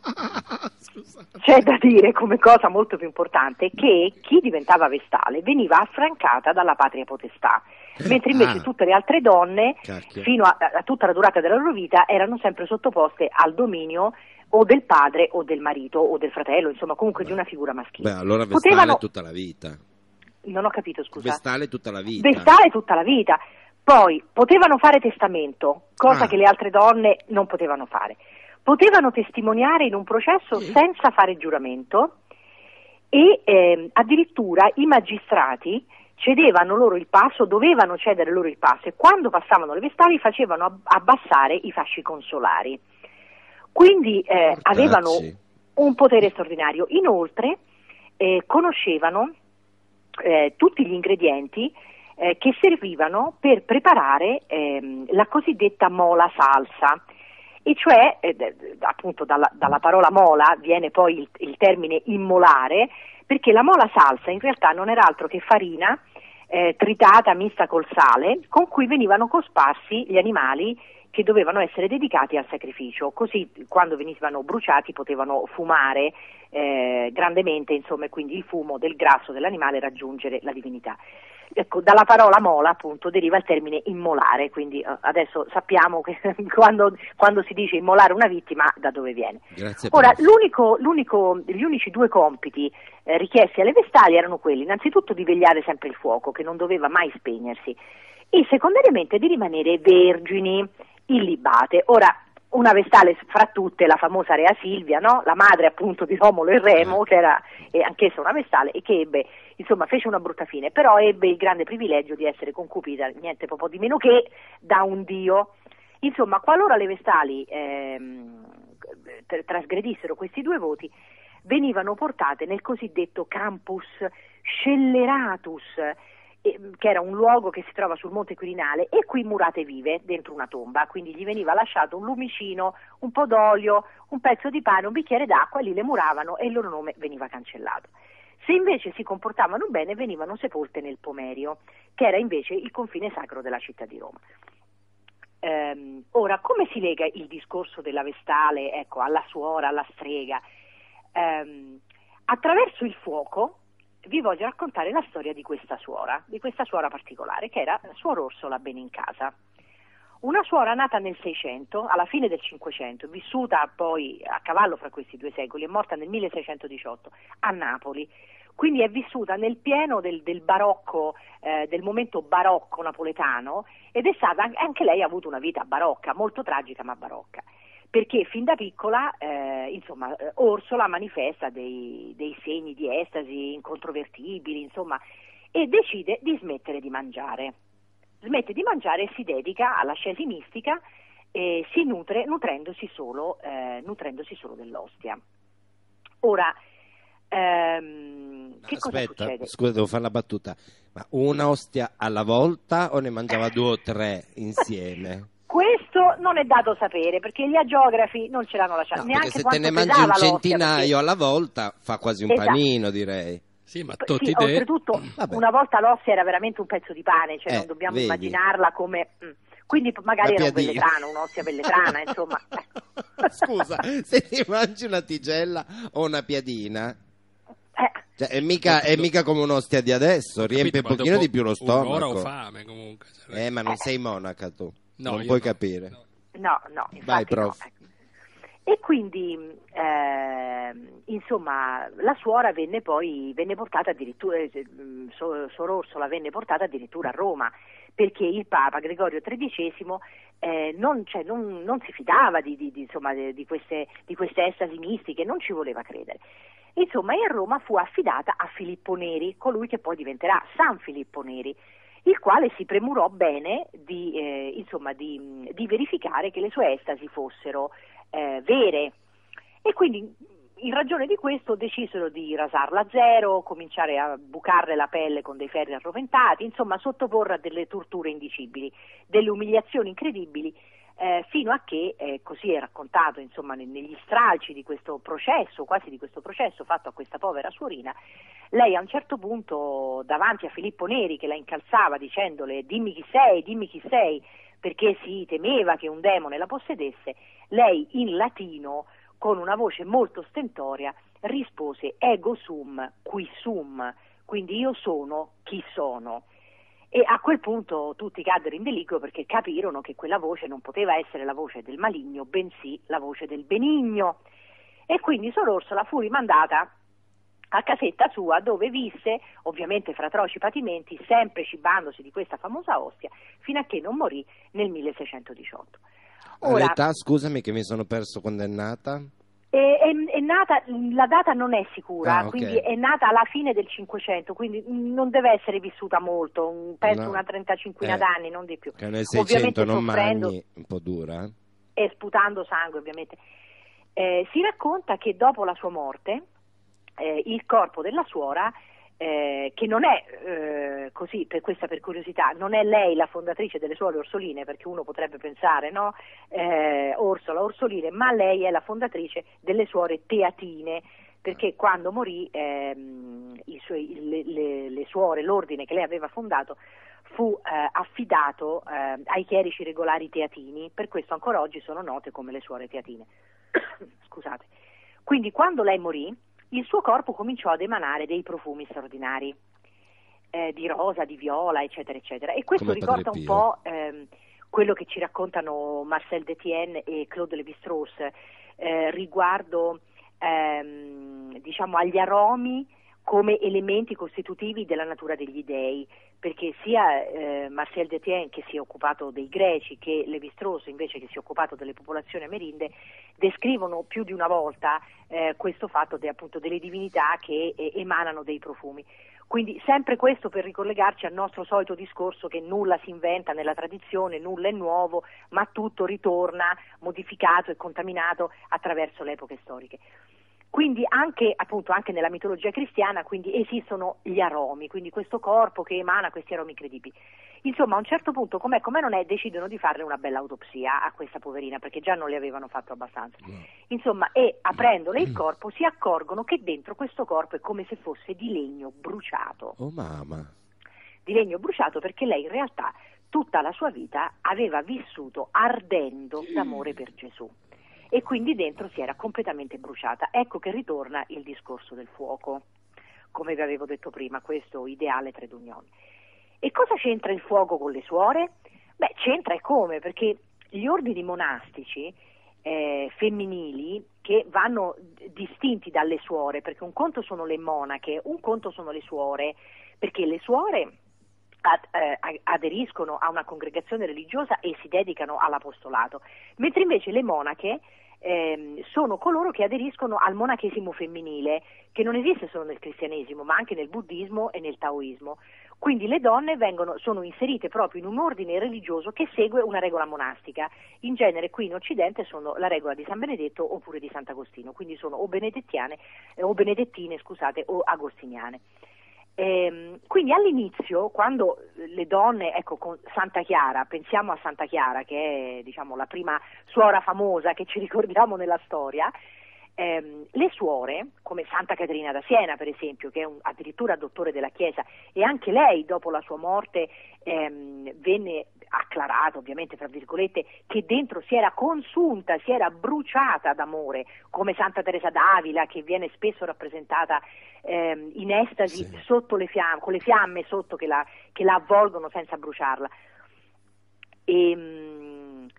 c'è da dire, come cosa molto più importante, che chi diventava vestale veniva affrancata dalla patria potestà, mentre invece Ah. tutte le altre donne, Cacchio. fino a, a tutta la durata della loro vita, erano sempre sottoposte al dominio o del padre o del marito o del fratello, insomma comunque Beh. di una figura maschile. Beh, allora vestale Potevano- tutta la vita. Non ho capito, scusa. Vestale tutta la vita. Vestale tutta la vita. Poi potevano fare testamento, cosa Ah. che le altre donne non potevano fare. Potevano testimoniare in un processo senza fare giuramento e ehm, addirittura i magistrati cedevano loro il passo, dovevano cedere loro il passo e quando passavano le vestali facevano ab- abbassare i fasci consolari. Quindi eh, Mortacci. avevano un potere straordinario. Inoltre eh, conoscevano eh, tutti gli ingredienti eh, che servivano per preparare ehm, la cosiddetta mola salsa, e cioè eh, d- d- appunto dalla, dalla parola mola viene poi il, il termine immolare, perché la mola salsa in realtà non era altro che farina eh, tritata mista col sale con cui venivano cosparsi gli animali che dovevano essere dedicati al sacrificio, così quando venivano bruciati potevano fumare eh, grandemente, insomma, e quindi il fumo del grasso dell'animale raggiungere la divinità. Ecco, dalla parola mola appunto deriva il termine immolare, quindi eh, adesso sappiamo che quando, quando si dice immolare una vittima da dove viene. Grazie. Ora, prof. l'unico, l'unico, gli unici due compiti eh, richiesti alle vestali erano quelli, innanzitutto di vegliare sempre il fuoco, che non doveva mai spegnersi, e secondariamente di rimanere vergini, illibate. Ora, una vestale fra tutte, la famosa Rea Silvia, no? La madre appunto di Romolo e Remo, che era eh, anch'essa una vestale e che ebbe, insomma, fece una brutta fine, però ebbe il grande privilegio di essere concupita, niente proprio di meno che da un dio. Insomma, qualora le vestali ehm, t- trasgredissero questi due voti, venivano portate nel cosiddetto campus scelleratus, eh, che era un luogo che si trova sul Monte Quirinale, e qui murate vive dentro una tomba, quindi gli veniva lasciato un lumicino, un po' d'olio, un pezzo di pane, un bicchiere d'acqua, lì le muravano e il loro nome veniva cancellato. Se invece si comportavano bene, venivano sepolte nel Pomerio, che era invece il confine sacro della città di Roma. Ehm, ora, come si lega il discorso della vestale, ecco, alla suora, alla strega? Ehm, attraverso il fuoco vi voglio raccontare la storia di questa suora, di questa suora particolare, che era Suor Orsola Benincasa. Una suora nata nel Seicento, alla fine del Cinquecento, vissuta poi a cavallo fra questi due secoli, è morta nel milleseicentodiciotto a Napoli. Quindi è vissuta nel pieno del, del barocco, eh, del momento barocco napoletano, ed è stata, anche lei ha avuto una vita barocca, molto tragica ma barocca, perché fin da piccola eh, insomma, eh, Orsola manifesta dei, dei segni di estasi incontrovertibili, insomma, e decide di smettere di mangiare. Smette di mangiare e si dedica all'ascesi mistica e si nutre nutrendosi solo, eh, nutrendosi solo dell'ostia. Ora, ehm, che cosa Aspetta, succede? scusa, devo fare la battuta. Ma una ostia alla volta o ne mangiava due o tre insieme? Questo non è dato sapere, perché gli agiografi non ce l'hanno lasciato, No, neanche perché se te quanto ne mangi un pesava l'ostia, centinaio perché- alla volta fa quasi un Esatto. panino, direi. Sì, ma P- tutti sì, te. oltretutto Vabbè. una volta l'ostia era veramente un pezzo di pane, cioè Eh, non dobbiamo vedi. immaginarla come, mm, Quindi magari La era un piadina. velletrano, un'ostia velletrana, insomma. Scusa, se ti mangi una tigella o una piadina, Eh, cioè, è, mica, è mica come un'ostia di adesso, riempie un Capito, ma pochino dopo di più lo Un'ora ho stomaco. fame comunque. cioè, Eh, ma non sei monaca tu, no, non io puoi no, capire. no. no, no, infatti Vai, prof. no, ecco. E quindi, eh, insomma, la suora venne poi, venne portata addirittura, eh, Sor Sor Orsola venne portata addirittura a Roma, perché il Papa Gregorio tredicesimo eh, non, cioè, non, non si fidava di, di, di, insomma, di, di, queste, di queste estasi mistiche, non ci voleva credere. Insomma, e a Roma fu affidata a Filippo Neri, colui che poi diventerà San Filippo Neri, il quale si premurò bene di, eh, insomma, di, di verificare che le sue estasi fossero eh, vere, e quindi in ragione di questo decisero di rasarla a zero, cominciare a bucarle la pelle con dei ferri arroventati, insomma sottoporre a delle torture indicibili, delle umiliazioni incredibili, eh, fino a che, eh, così è raccontato insomma negli stralci di questo processo, quasi di questo processo fatto a questa povera suorina, lei a un certo punto davanti a Filippo Neri che la incalzava dicendole dimmi chi sei, dimmi chi sei, perché si temeva che un demone la possedesse, lei in latino con una voce molto stentoria rispose ego sum qui sum, quindi io sono chi sono. E a quel punto tutti caddero in deliquio perché capirono che quella voce non poteva essere la voce del maligno, bensì la voce del benigno. E quindi Sor Orsola fu rimandata a casetta sua, dove visse, ovviamente fra atroci patimenti, sempre cibandosi di questa famosa ostia, fino a che non morì nel milleseicentodiciotto. Ora, All'età, scusami che mi sono perso quando è nata. È, è, è nata, la data non è sicura, Ah, ok. quindi è nata alla fine del Cinquecento, quindi non deve essere vissuta molto, un- penso No. una trentacinquina Eh, d'anni, non di più. Che nel Ovviamente seicento non soffrendo mangi, un po' dura. eh. e sputando sangue, ovviamente. Eh, si racconta che dopo la sua morte eh, il corpo della suora, eh, che non è eh, così, per questa per curiosità, non è lei la fondatrice delle suore orsoline, perché uno potrebbe pensare, no? Eh, Orsola, Orsoline, ma lei è la fondatrice delle suore teatine, perché quando morì ehm, i suoi, le, le, le suore, l'ordine che lei aveva fondato fu eh, affidato eh, ai chierici regolari teatini, per questo ancora oggi sono note come le suore teatine. Scusate. Quindi quando lei morì il suo corpo cominciò ad emanare dei profumi straordinari, eh, di rosa, di viola, eccetera, eccetera. E questo Come ricorda Padre un Pio. po' ehm, quello che ci raccontano Marcel Detienne e Claude Lévi-Strauss eh, riguardo ehm, diciamo agli aromi come elementi costitutivi della natura degli dei, perché sia eh, Marcel Detienne, che si è occupato dei greci, che Lévi-Strauss invece che si è occupato delle popolazioni amerindi, descrivono più di una volta eh, questo fatto de, appunto delle divinità che eh, emanano dei profumi. Quindi sempre questo per ricollegarci al nostro solito discorso che nulla si inventa nella tradizione, nulla è nuovo, ma tutto ritorna modificato e contaminato attraverso le epoche storiche. Quindi anche, appunto, anche nella mitologia cristiana quindi esistono gli aromi, quindi questo corpo che emana questi aromi incredibili. Insomma, a un certo punto, com'è come non è, decidono di farle una bella autopsia a questa poverina, perché già non le avevano fatto abbastanza. Insomma, e aprendole il corpo si accorgono che dentro questo corpo è come se fosse di legno bruciato. Oh mamma. Di legno bruciato perché lei in realtà tutta la sua vita aveva vissuto ardendo d'amore per Gesù. E quindi dentro si era completamente bruciata. Ecco che ritorna il discorso del fuoco, come vi avevo detto prima, questo ideale Tre d'Unione. E cosa c'entra il fuoco con le suore? Beh, c'entra e come, perché gli ordini monastici eh, femminili che vanno distinti dalle suore, perché un conto sono le monache, un conto sono le suore, perché le suore ad, eh, aderiscono a una congregazione religiosa e si dedicano all'apostolato, mentre invece le monache ehm, sono coloro che aderiscono al monachesimo femminile, che non esiste solo nel cristianesimo, ma anche nel buddismo e nel taoismo. Quindi le donne vengono, sono inserite proprio in un ordine religioso che segue una regola monastica. In genere qui in Occidente sono la regola di San Benedetto oppure di Sant'Agostino, quindi sono o benedettiane eh, o benedettine, scusate, o agostiniane. Ehm, quindi all'inizio, quando le donne, ecco, con Santa Chiara, pensiamo a Santa Chiara che è, diciamo, la prima suora famosa che ci ricordiamo nella storia, ehm, le suore, come Santa Caterina da Siena per esempio, che è un, addirittura dottore della Chiesa, e anche lei dopo la sua morte ehm, venne acclarato, ovviamente fra virgolette, che dentro si era consunta, si era bruciata d'amore, come Santa Teresa d'Avila, che viene spesso rappresentata ehm, in estasi Sì. sotto le fiamme, con le fiamme sotto che la, che la avvolgono senza bruciarla. E, mh,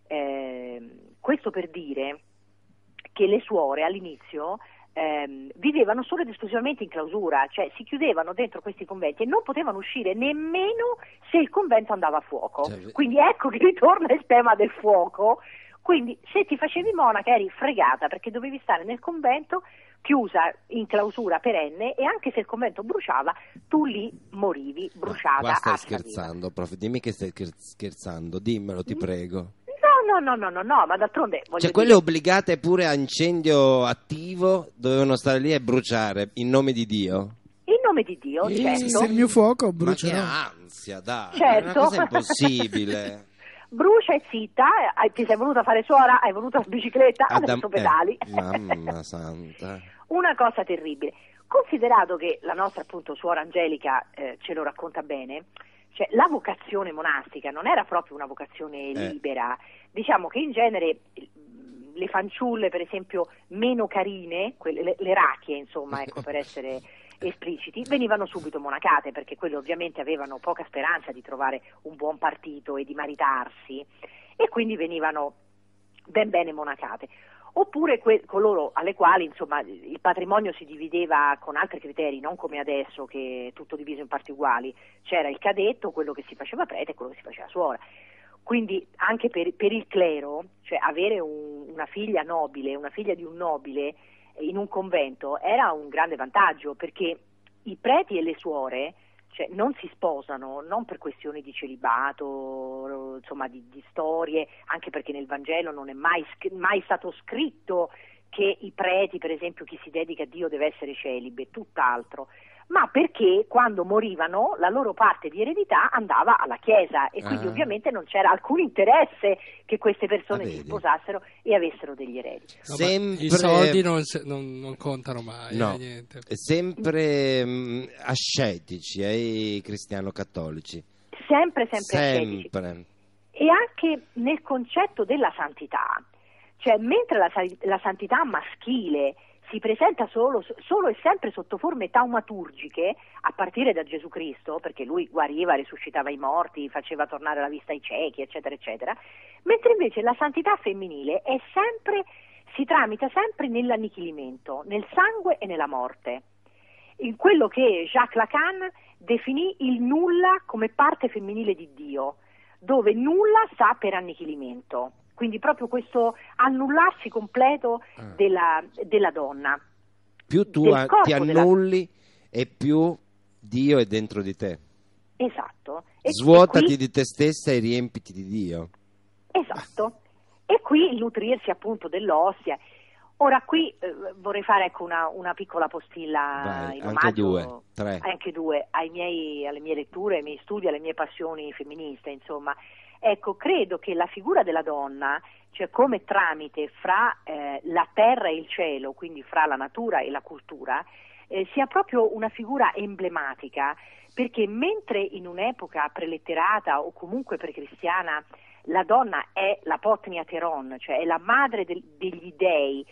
eh, questo per dire che le suore all'inizio ehm, vivevano solo ed esclusivamente in clausura, cioè si chiudevano dentro questi conventi e non potevano uscire nemmeno se il convento andava a fuoco. Cioè, Quindi ecco che ritorna il tema del fuoco. Quindi se ti facevi monaca eri fregata, perché dovevi stare nel convento chiusa in clausura perenne, e anche se il convento bruciava tu lì morivi bruciata. Qua stai a saliva. scherzando, prof, dimmi che stai scher- scherzando, dimmelo, ti prego. No, no, no, no, no, no, ma d'altronde voglio Cioè, dire, quelle obbligate pure a incendio attivo dovevano stare lì e bruciare in nome di Dio? in nome di Dio, Eh, certo. Se il mio fuoco Ma che brucerò. ansia, dai, Certo. è una cosa impossibile. Brucia e zitta, eh, ti sei voluta fare suora, hai voluto la bicicletta, Adam- adesso pedali. eh, mamma santa. Una cosa terribile. Considerato che la nostra appunto suora Angelica eh, ce lo racconta bene, cioè la vocazione monastica non era proprio una vocazione Eh. libera. Diciamo che in genere eh, le fanciulle, per esempio, meno carine, quelle, le, le racchie, insomma, ecco, per essere espliciti, venivano subito monacate, perché quelle ovviamente avevano poca speranza di trovare un buon partito e di maritarsi, e quindi venivano ben bene monacate. Oppure que- coloro alle quali, insomma, il patrimonio si divideva con altri criteri, non come adesso che è tutto diviso in parti uguali. C'era il cadetto, quello che si faceva prete e quello che si faceva suora. Quindi anche per, per il clero, cioè avere un, una figlia nobile, una figlia di un nobile in un convento era un grande vantaggio, perché i preti e le suore, cioè, non si sposano, non per questioni di celibato, insomma di, di storie, anche perché nel Vangelo non è mai, mai stato scritto che i preti, per esempio, chi si dedica a Dio deve essere celibe, tutt'altro, ma perché quando morivano la loro parte di eredità andava alla Chiesa, e quindi Ah. ovviamente non c'era alcun interesse che queste persone Ah, si vedi. sposassero e avessero degli eredi. No, ma Sempre, i soldi non, se- non- non contano mai, no, eh, niente. sempre mh, ascetici, ai cristiano-cattolici. Sempre, sempre ascetici. Sempre. E anche nel concetto della santità, cioè mentre la, sa- la santità maschile si presenta solo, solo e sempre sotto forme taumaturgiche, a partire da Gesù Cristo, perché lui guariva, risuscitava i morti, faceva tornare la vista ai ciechi, eccetera, eccetera, mentre invece la santità femminile è sempre, si tramita sempre nell'annichilimento, nel sangue e nella morte. In quello che Jacques Lacan definì il nulla come parte femminile di Dio, dove nulla sta per annichilimento. Quindi proprio questo annullarsi completo Ah. della, della donna. Più tu del a- corpo ti della- annulli e più Dio è dentro di te. Esatto. E- e Svuotati qui- di te stessa e riempiti di Dio. Esatto. E qui il nutrirsi appunto dell'ossia. Ora qui eh, vorrei fare ecco una, una piccola postilla Vai, in anche omaggio, due, tre. anche due, ai miei, alle mie letture, ai miei studi, alle mie passioni femministe, insomma. Ecco, credo che la figura della donna, cioè come tramite fra eh, la terra e il cielo, quindi fra la natura e la cultura, eh, sia proprio una figura emblematica, perché mentre in un'epoca preletterata o comunque precristiana la donna è la potnia teron, cioè è la madre del- degli dei,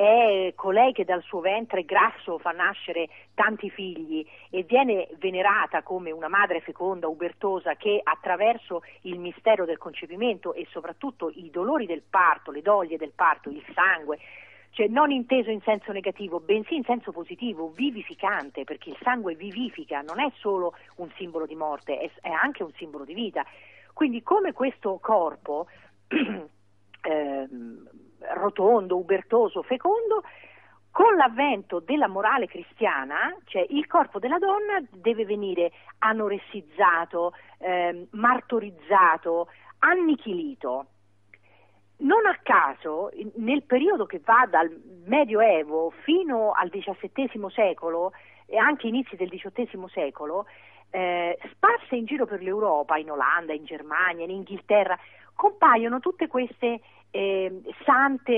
è colei che dal suo ventre grasso fa nascere tanti figli e viene venerata come una madre feconda, ubertosa, che attraverso il mistero del concepimento e soprattutto i dolori del parto, le doglie del parto, il sangue, cioè non inteso in senso negativo, bensì in senso positivo, vivificante, perché il sangue vivifica, non è solo un simbolo di morte, è, è anche un simbolo di vita. Quindi come questo corpo ehm, rotondo, ubertoso, fecondo, con l'avvento della morale cristiana, cioè il corpo della donna deve venire anoressizzato, ehm, martorizzato, annichilito. Non a caso, in- nel periodo che va dal Medioevo fino al diciassettesimo secolo e anche inizi del diciottesimo secolo, eh, sparse in giro per l'Europa, in Olanda, in Germania, in Inghilterra, compaiono tutte queste eh, sante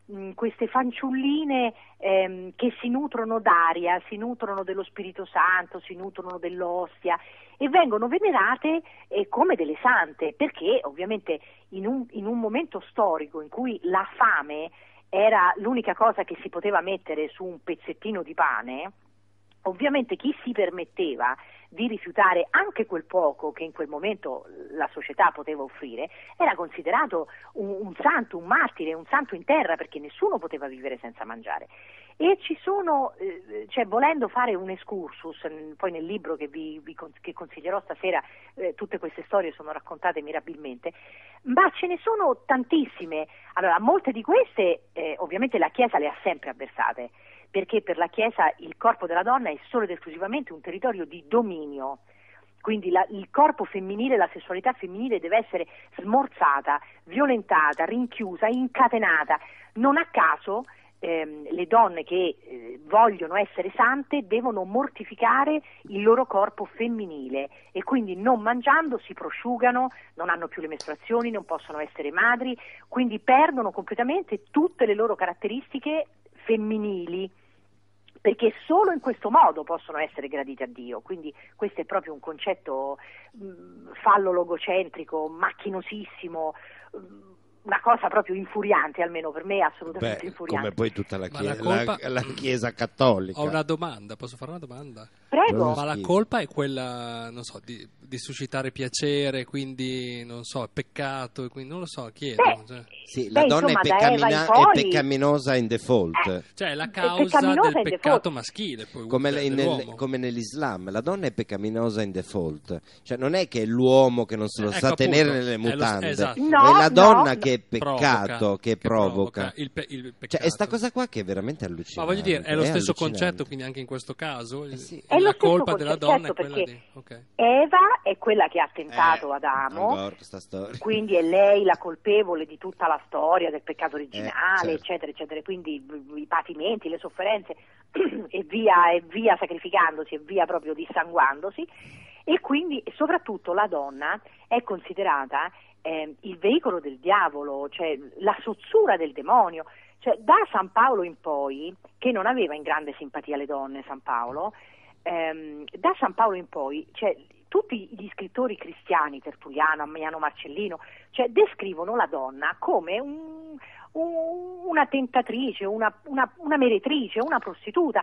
mh, queste fanciulline ehm, che si nutrono d'aria, si nutrono dello Spirito Santo, si nutrono dell'ostia e vengono venerate eh, come delle sante, perché ovviamente in un, in un momento storico in cui la fame era l'unica cosa che si poteva mettere su un pezzettino di pane, ovviamente chi si permetteva di rifiutare anche quel poco che in quel momento la società poteva offrire era considerato un, un santo, un martire, un santo in terra, perché nessuno poteva vivere senza mangiare. E ci sono, eh, cioè volendo fare un excursus, poi nel libro che vi, vi che consiglierò stasera eh, tutte queste storie sono raccontate mirabilmente, ma ce ne sono tantissime. Allora, molte di queste eh, ovviamente la Chiesa le ha sempre avversate, perché per la Chiesa il corpo della donna è solo ed esclusivamente un territorio di dominio, quindi la, il corpo femminile, la sessualità femminile deve essere smorzata, violentata, rinchiusa, incatenata. Non a caso ehm, le donne che eh, vogliono essere sante devono mortificare il loro corpo femminile e quindi non mangiando si prosciugano, non hanno più le mestruazioni, non possono essere madri, quindi perdono completamente tutte le loro caratteristiche femminili, perché solo in questo modo possono essere gradite a Dio. Quindi questo è proprio un concetto mh, fallo-logocentrico, macchinosissimo, mh, una cosa proprio infuriante, almeno per me assolutamente Beh, infuriante. come poi tutta la, Ma chie- la colpa- la- la Chiesa cattolica. Ho una domanda, posso fare una domanda? Prego. Ma la colpa è quella, non so, di, di suscitare piacere, quindi, non so, è peccato, e quindi non lo so, chiedo. Beh, Cioè, Sì, la Beh, donna insomma, è, da Eva in peccamina- poi- è peccaminosa in default. cioè è la È causa peccaminosa del in peccato default. maschile, poi, Come, del- le- nel- dell'uomo. come nell'Islam, la donna è peccaminosa in default, cioè non è che è l'uomo che non se lo Ecco, sa appunto, tenere nelle è lo- mutande, esatto. No, è la donna no, che è peccato, che, provoca. il, pe- il Cioè, peccato. è sta cosa qua che è veramente Ma allucinante. voglio dire, è lo stesso allucinante. concetto, quindi anche in questo caso il- Eh sì. È lo la stesso colpa concetto, della donna certo, è quella perché di... ok. Eva è quella che ha tentato Eh, Adamo, ancora questa storia. quindi è lei la colpevole di tutta la storia del peccato originale, certo. eccetera, eccetera, quindi i i patimenti, le sofferenze e via, e via sacrificandosi e via proprio dissanguandosi, e quindi soprattutto la donna è considerata eh, il veicolo del diavolo, cioè la sozzura del demonio. Cioè, da San Paolo in poi, che non aveva in grande simpatia le donne, San Paolo, ehm, da San Paolo in poi, cioè, tutti gli scrittori cristiani, Tertulliano, Ammiano Marcellino, cioè, descrivono la donna come un, un- una tentatrice, una, una, una meretrice, una prostituta.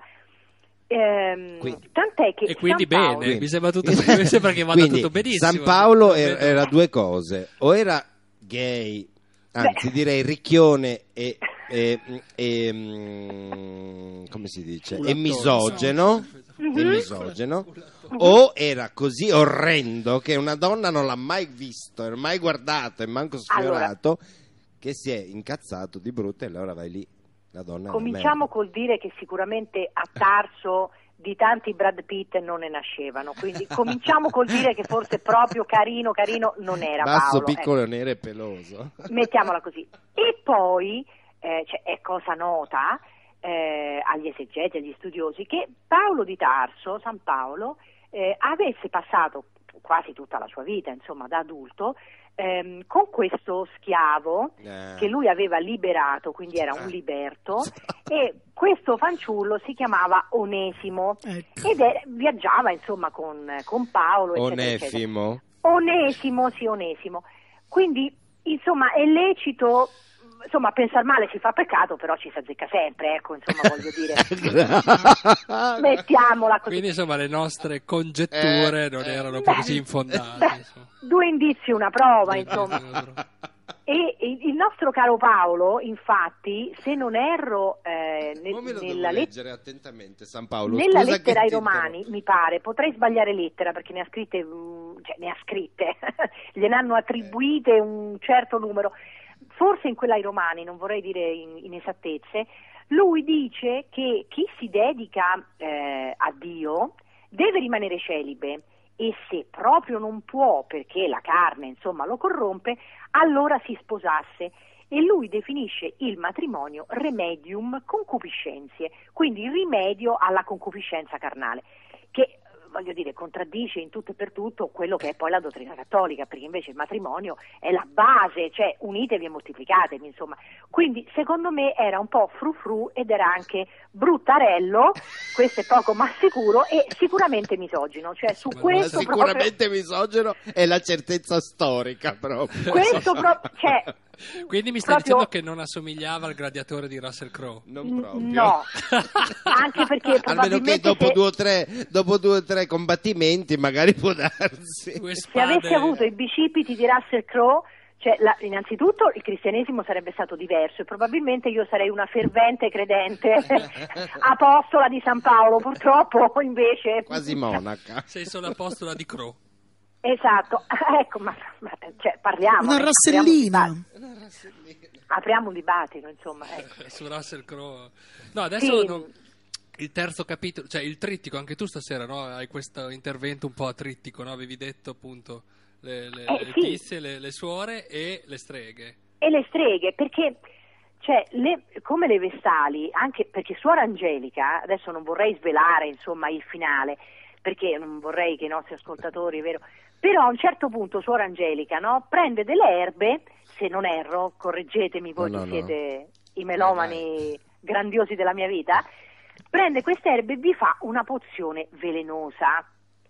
Ehm, Quindi- tant'è che E quindi San Paolo- bene, mi sembra, tutto, mi sembra che vada Quindi, tutto benissimo. San Paolo Tutto era, bene. era due cose, o era gay, anzi Beh. direi ricchione e, e- e, mm, come si dice, e Culatore. misogeno, Mhm. e misogeno, o era così orrendo che una donna non l'ha mai visto, e mai guardato e manco sfiorato, che si è incazzato di brutto, e allora vai lì, la donna è una Cominciamo merda. col dire che sicuramente a Tarso di tanti Brad Pitt non ne nascevano, quindi cominciamo col dire che forse proprio carino carino non era Basso, Paolo, piccolo, nero e peloso. ecco. Mettiamola così. E poi eh, cioè, è cosa nota eh, agli esegeti, agli studiosi, che Paolo di Tarso, San Paolo, eh, avesse passato quasi tutta la sua vita, insomma, da adulto, ehm, con questo schiavo Eh. che lui aveva liberato, quindi era un liberto, e questo fanciullo si chiamava Onesimo Ecco. ed è- viaggiava insomma con, con Paolo, eccetera, eccetera. Onefimo. Onesimo, sì, Onesimo. Quindi, insomma, è lecito, insomma, pensare male si fa peccato, però ci si azzecca sempre, ecco, insomma, voglio dire. Mettiamola così. Quindi insomma le nostre congetture Eh, non eh. erano poi Beh, così infondate. beh, insomma. due indizi, una prova, Due insomma. indizi, una prova. E il il nostro caro Paolo, infatti, se non erro, eh, ne- Come lo devo nella, let- leggere attentamente, San Paolo? nella Scusa lettera che ai ti Romani, interrompo. mi pare, potrei sbagliare lettera perché ne ha scritte, mm, cioè ne ha scritte, gliene hanno attribuite un certo numero. Forse in quella ai Romani, non vorrei dire in- inesattezze, lui dice che chi si dedica eh, a Dio deve rimanere celibe, e se proprio non può perché la carne insomma lo corrompe, allora si sposasse, e lui definisce il matrimonio remedium concupiscentie, quindi il rimedio alla concupiscenza carnale, che voglio dire, contraddice in tutto e per tutto quello che è poi la dottrina cattolica, perché invece il matrimonio è la base, cioè unitevi e moltiplicatevi, insomma. Quindi secondo me era un po' frufru ed era anche bruttarello, questo è poco ma sicuro, e sicuramente misogino, cioè su Ma questo Sicuramente misogino è la certezza storica proprio. proprio, questo pro- cioè, Quindi mi stai proprio- dicendo che non assomigliava al gladiatore di Russell Crowe? Non N- proprio. no, anche perché Almeno che probabilmente dopo se, due, o tre, dopo due o tre combattimenti magari può darsi. Due se spade... avessi avuto i bicipiti di Russell Crowe, cioè, la- innanzitutto il cristianesimo sarebbe stato diverso e probabilmente io sarei una fervente credente apostola di San Paolo, purtroppo invece... Quasi monaca. Sei solo apostola di Crowe. Esatto, ecco, ma, ma cioè, parliamo. Una ecco, rassellina. apriamo un dibattito, apriamo un dibattito, insomma, ecco. Su Russell Crowe. No, adesso Sì. non- il terzo capitolo, cioè il trittico, anche tu stasera, no? Hai questo intervento un po' a trittico, no? Avevi detto appunto le, le, Eh, le sì. tisse, le, le suore e le streghe. E le streghe, perché cioè, le- come le Vestali, anche perché Suora Angelica, adesso non vorrei svelare insomma il finale, perché non vorrei che i nostri ascoltatori, è vero, però a un certo punto Suora Angelica, no, prende delle erbe, se non erro, correggetemi voi No, che no, siete i melomani grandiosi della mia vita, prende queste erbe e vi fa una pozione velenosa.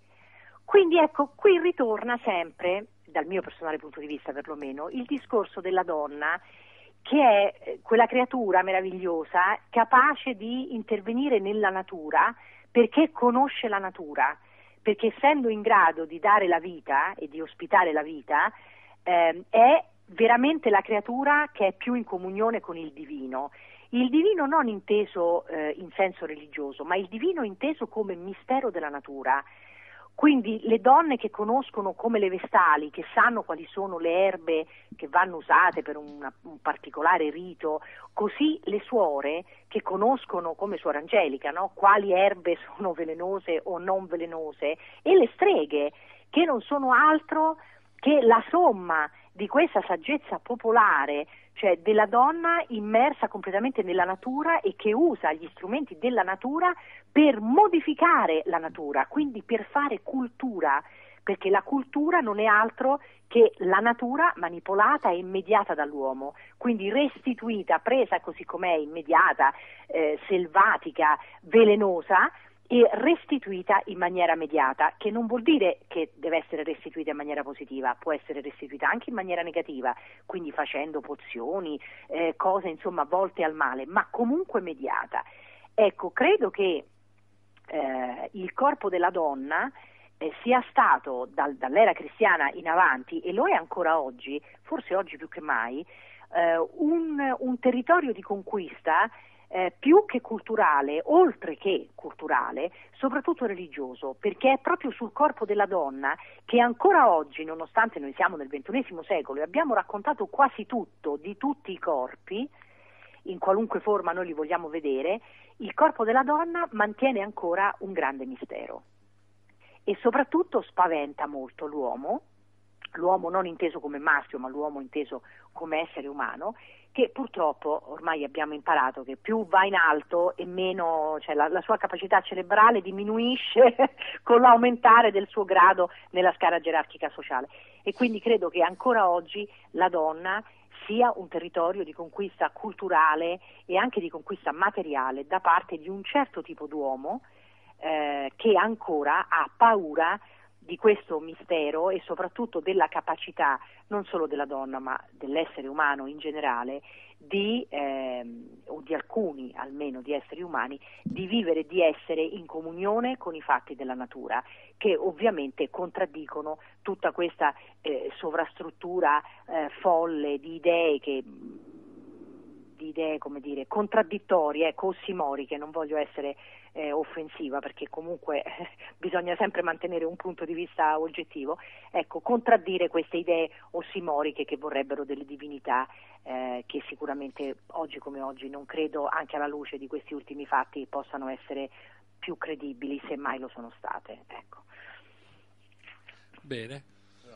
Quindi ecco, qui ritorna sempre, dal mio personale punto di vista perlomeno, il discorso della donna che è eh, quella creatura meravigliosa capace di intervenire nella natura perché conosce la natura, perché essendo in grado di dare la vita e di ospitare la vita, ehm, è veramente la creatura che è più in comunione con il divino. Il divino non inteso eh, in senso religioso, ma il divino inteso come mistero della natura. Quindi le donne che conoscono come le Vestali, che sanno quali sono le erbe che vanno usate per una, un particolare rito, così le suore che conoscono come Suora Angelica, no? Quali erbe sono velenose o non velenose, e le streghe che non sono altro che la somma di questa saggezza popolare, cioè della donna immersa completamente nella natura e che usa gli strumenti della natura per modificare la natura, quindi per fare cultura, perché la cultura non è altro che la natura manipolata e immediata dall'uomo, quindi restituita, presa così com'è, immediata, eh, selvatica, velenosa, e restituita in maniera mediata, che non vuol dire che deve essere restituita in maniera positiva, può essere restituita anche in maniera negativa, quindi facendo pozioni, eh, cose insomma volte al male, ma comunque mediata. Ecco, credo che eh, il corpo della donna eh, sia stato dal, dall'era cristiana in avanti, e lo è ancora oggi, forse oggi più che mai, eh, un, un territorio di conquista Eh, più che culturale, oltre che culturale, soprattutto religioso, perché è proprio sul corpo della donna che ancora oggi, nonostante noi siamo nel ventunesimo secolo e abbiamo raccontato quasi tutto di tutti i corpi, in qualunque forma noi li vogliamo vedere, il corpo della donna mantiene ancora un grande mistero e soprattutto spaventa molto l'uomo, l'uomo non inteso come maschio, ma l'uomo inteso come essere umano, che purtroppo ormai abbiamo imparato che più va in alto e meno, cioè la, la sua capacità cerebrale diminuisce con l'aumentare del suo grado nella scala gerarchica sociale, e quindi credo che ancora oggi la donna sia un territorio di conquista culturale e anche di conquista materiale da parte di un certo tipo d'uomo eh, che ancora ha paura di questo mistero e soprattutto della capacità non solo della donna ma dell'essere umano in generale di, ehm, o di alcuni almeno di esseri umani, di vivere e di essere in comunione con i fatti della natura, che ovviamente contraddicono tutta questa eh, sovrastruttura eh, folle di idee che di idee, come dire, contraddittorie, ecco, ossimoriche. Non voglio essere eh, offensiva perché comunque eh, bisogna sempre mantenere un punto di vista oggettivo, ecco, contraddire queste idee ossimoriche che vorrebbero delle divinità eh, che sicuramente oggi come oggi non credo, anche alla luce di questi ultimi fatti, possano essere più credibili, se mai lo sono state, ecco. Bene.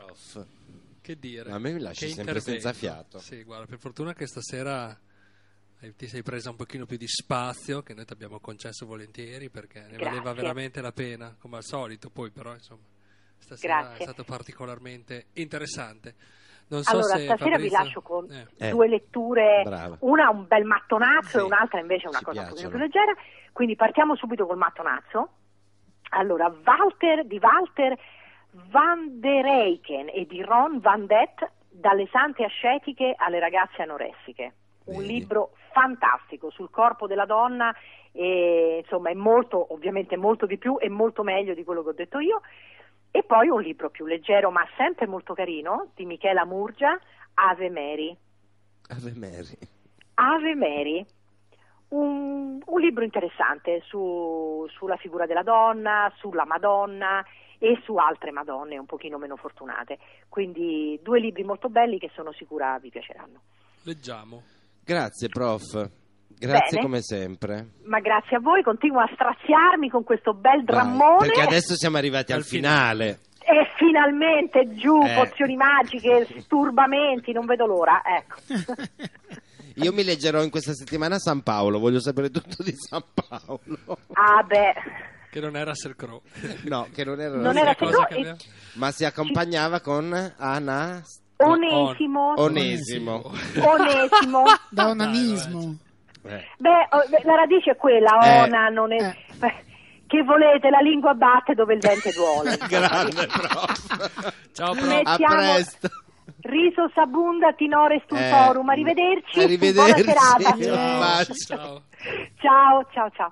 Che dire? A me mi lasci Che sempre senza intervento. fiato. Sì, guarda, per fortuna che stasera Eh, Ti sei presa un pochino più di spazio, che noi ti abbiamo concesso volentieri, perché ne valeva Grazie. veramente la pena, come al solito. Poi però, insomma, stasera Grazie. è stato particolarmente interessante. Non so Allora, se stasera vi Fabrizio- lascio con Eh. Eh. due letture, Brava. una un bel mattonazzo Sì, e un'altra invece una ci cosa un pochino piacciono. più leggera, quindi partiamo subito col mattonazzo. Allora, Walter di Walter van der Eycken e di Ron van Det, Dalle sante ascetiche alle ragazze anoressiche. Un Vedi. libro fantastico sul corpo della donna, e insomma è molto, ovviamente molto di più e molto meglio di quello che ho detto io. E poi un libro più leggero ma sempre molto carino di Michela Murgia, Ave Mary. Ave Mary. Ave Mary, un, un libro interessante su, sulla figura della donna, sulla Madonna e su altre Madonne un pochino meno fortunate. Quindi due libri molto belli che sono sicura vi piaceranno. Leggiamo. Grazie, prof. Grazie Bene. come sempre. Ma grazie a voi, continuo a straziarmi con questo bel Vai, drammone. perché adesso siamo arrivati al Al finale. E finalmente giù, Eh. pozioni magiche, sturbamenti, non vedo l'ora, ecco. Io mi leggerò in questa settimana San Paolo, voglio sapere tutto di San Paolo. Ah beh, Che non è Russell Crowe. No, che non era, non L'unica era cosa sicuro, che e- abbiamo- ma si accompagnava con Ana Onesimo, Onesimo. Onesimo. Da onanismo. Eh. Beh, oh, beh, la radice è quella, Eh. ona, non è... Eh. beh, che volete, la lingua batte dove il dente duole. Grande prof. Ciao, prof. Met- A Mettiamo- presto. Riso sabunda tinore stultorum, Eh, arrivederci, arrivederci. buona serata. Un Ciao. bacio. Ciao. Ciao, ciao, ciao.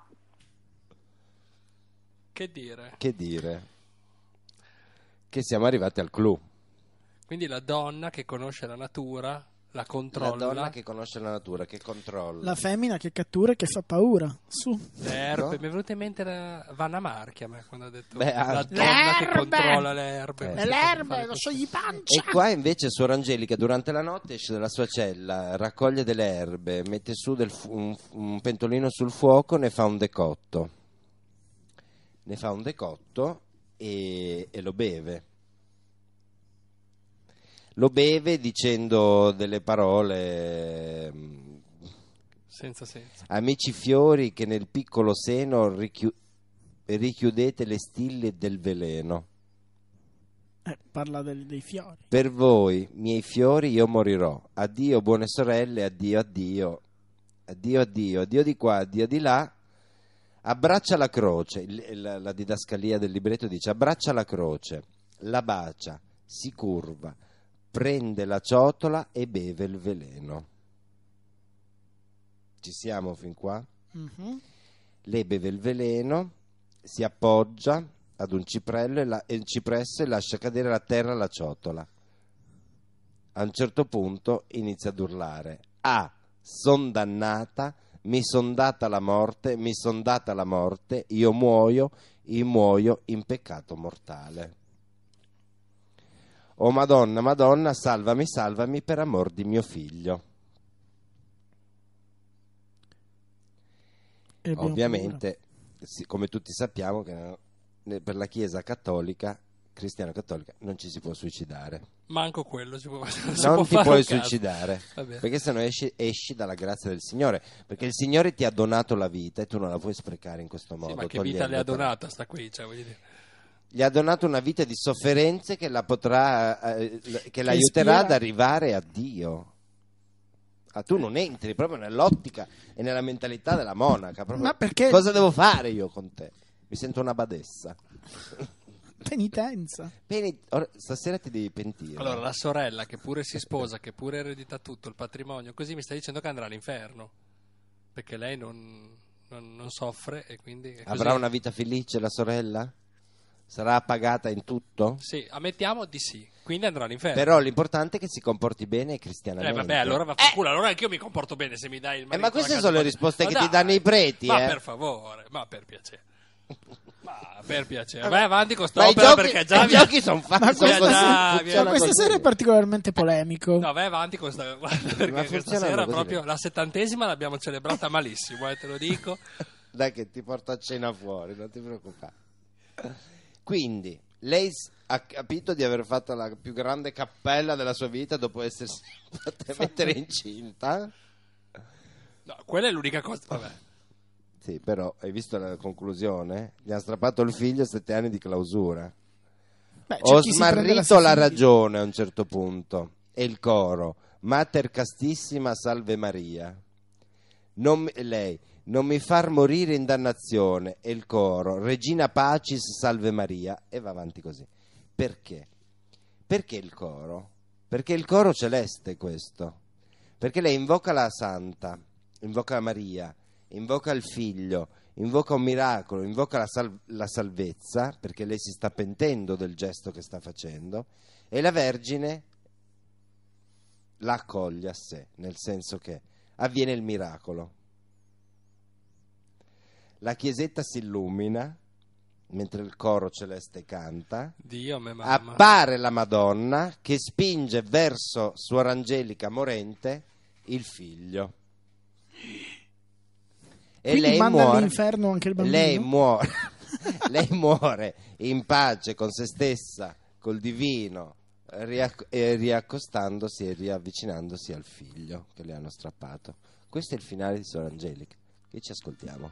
Che dire? Che dire? Che siamo arrivati al clou. Quindi la donna che conosce la natura, la controlla. La donna che conosce la natura, che controlla. La femmina che cattura e che fa paura. Su. Le erbe. Mi è venuta in mente la Vanna Marchi a me quando ha detto Beh, la anche. donna che Le erbe! controlla le erbe. Eh. Queste Le cose erbe, fare lo questo. sciogli pancia. E qua invece Suor Angelica durante la notte esce dalla sua cella, raccoglie delle erbe, mette su del fu- un, un pentolino sul fuoco, ne fa un decotto. Ne fa un decotto e, e lo beve. Lo beve dicendo delle parole: mm, Senza senso. amici fiori che nel piccolo seno richiu- richiudete le stille del veleno. Eh, parla del- dei fiori. Per voi, miei fiori, io morirò. Addio, buone sorelle, addio, addio. Addio, addio, addio di qua, addio di là. Abbraccia la croce. Il- la, la didascalia del libretto dice: abbraccia la croce, la bacia, si curva, prende la ciotola e beve il veleno. Ci siamo fin qua? Mhm. Lei beve il veleno, si appoggia ad un ciprello e, la, e il cipresso e lascia cadere a terra la ciotola. A un certo punto inizia ad urlare: ah, son dannata, mi son data la morte, mi son data la morte, io muoio, io muoio in peccato mortale. Oh Madonna, Madonna, salvami, salvami per amor di mio figlio. E abbiamo Ovviamente, sì, come tutti sappiamo, che eh, per la Chiesa cattolica, cristiano-cattolica, non ci si può suicidare. Manco quello si può, non si Non può ti fare puoi un caso. suicidare, Va bene. perché sennò esci, esci dalla grazia del Signore, perché il Signore ti ha donato la vita e tu non la puoi sprecare in questo modo. Sì, ma che vita le ha togliendotela. donata sta qui, cioè, voglio dire. Gli ha donato una vita di sofferenze che la potrà, eh, che l'aiuterà ispira- ad arrivare a Dio. Ah, tu non entri proprio nell'ottica e nella mentalità della monaca. Proprio, Ma perché- cosa devo fare io con te? Mi sento una badessa. Penitenza. Peni- ora- stasera ti devi pentire. Allora, la sorella che pure si sposa, che pure eredita tutto il patrimonio, così mi stai dicendo che andrà all'inferno. Perché lei non, non- non soffre e quindi... è così. Avrà una vita felice la sorella? Sarà appagata in tutto? Sì, ammettiamo di sì. Quindi andrà all'inferno. Però l'importante è che si comporti bene e Eh cristianamente. vabbè, allora va a culo, allora anch'io mi comporto bene se mi dai il Eh, marito ma a queste casa sono le di- risposte Ma che ti dai, danno i preti, ma eh. per favore, ma per piacere. Ma per piacere. Vai avanti con sta Ma i opera giochi, perché già i vi- giochi sono fatti. Ma sono questa così, sera- funziona Ma questa così. sera è particolarmente polemico. No, vai avanti con sta guarda, perché questa funzionano sera così. proprio la settantesima l'abbiamo celebrata malissimo, eh, te lo dico. Dai che ti porto a cena fuori, non ti preoccupare. Quindi, lei s- ha capito di aver fatto la più grande cappella della sua vita dopo essersi fatta mettere incinta. No, quella è l'unica cosa. Vabbè. Sì, però hai visto la conclusione? Gli ha strappato il figlio a sette anni di clausura. Beh, c'è Ho chi si prende smarrito la figli. ragione a un certo punto. E il coro, Mater castissima, salve Maria. Non mi- lei, non mi far morire in dannazione. E il coro, Regina Pacis, salve Maria. E va avanti così. Perché? Perché il coro? Perché il coro celeste questo. Perché lei invoca la Santa, invoca Maria, invoca il Figlio, invoca un miracolo, invoca la, sal- la salvezza, perché lei si sta pentendo del gesto che sta facendo, e la Vergine la accoglie a sé, nel senso che avviene il miracolo. La chiesetta si illumina, mentre il coro celeste canta, Dio me mamma. appare la Madonna che spinge verso Suor Angelica morente il figlio. E Quindi lei manda muore, all'inferno anche il bambino? lei muore, lei muore in pace con se stessa, col divino, riacc- e riaccostandosi e riavvicinandosi al figlio che le hanno strappato. Questo è il finale di Suor Angelica, che ci ascoltiamo.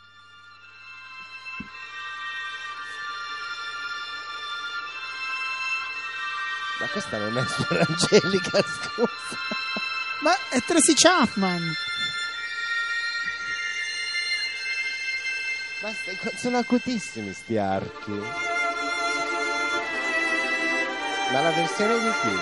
Ma questa non è Suor Angelica, scusa. Ma è Tracy Chapman. Ma st- sono acutissimi sti archi. Ma la versione di chi?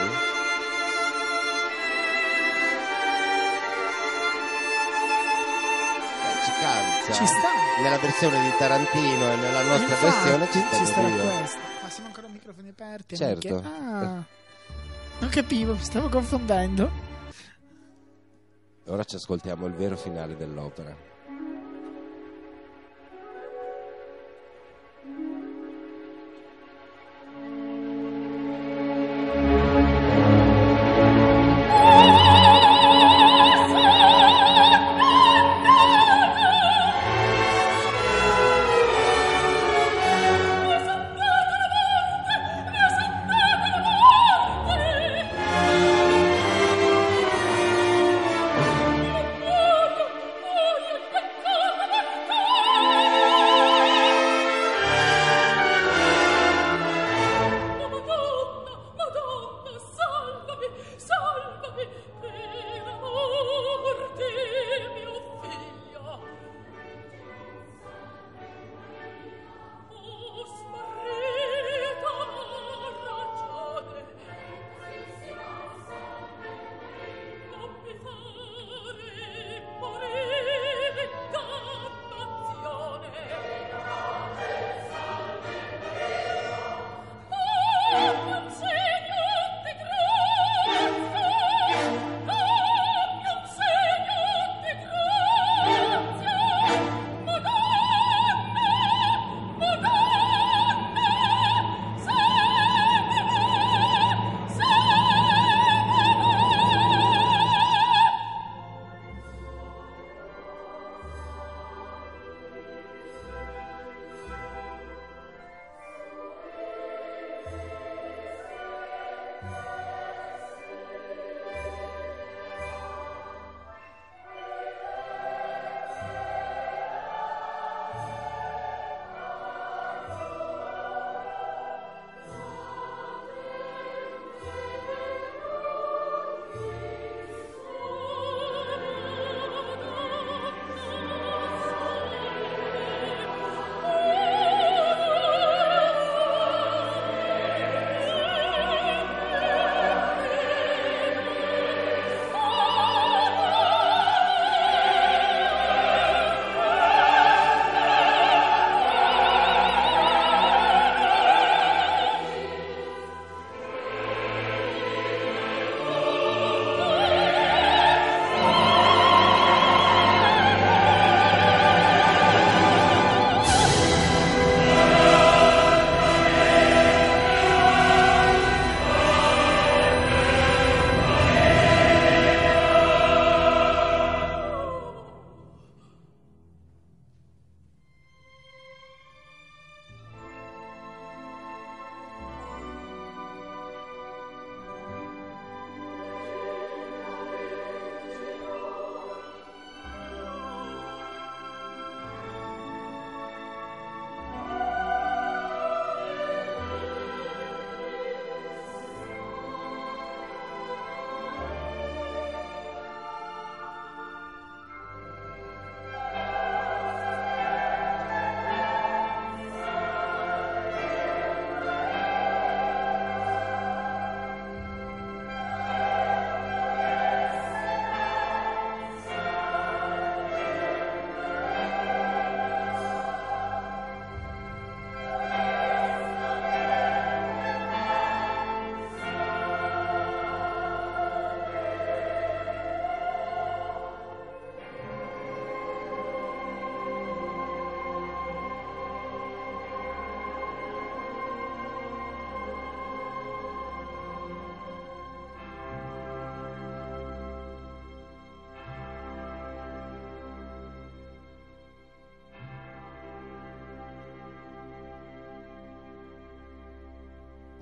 Eh, ci calza. Ci sta. Nella versione di Tarantino e nella nostra Infatti, versione ci sta ci starà Dio. questa. Ma siamo ancora a microfoni aperti? Certo. amiche? Ah, non capivo, mi stavo confondendo. Ora ci ascoltiamo il vero finale dell'opera. Oh,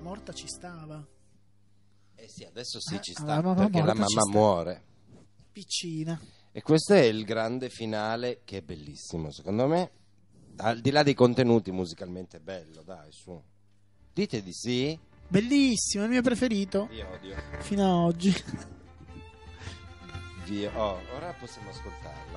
morta ci stava. Eh sì, adesso sì Eh, ci la sta, mamma perché la morta ci mamma sta. muore. Piccina. E questo è il grande finale, che è bellissimo, secondo me. Al di là dei contenuti, musicalmente è bello, dai, su. Dite di sì. Bellissimo, è il mio preferito Io odio. fino a oggi. Via. Oh, ora possiamo ascoltarla.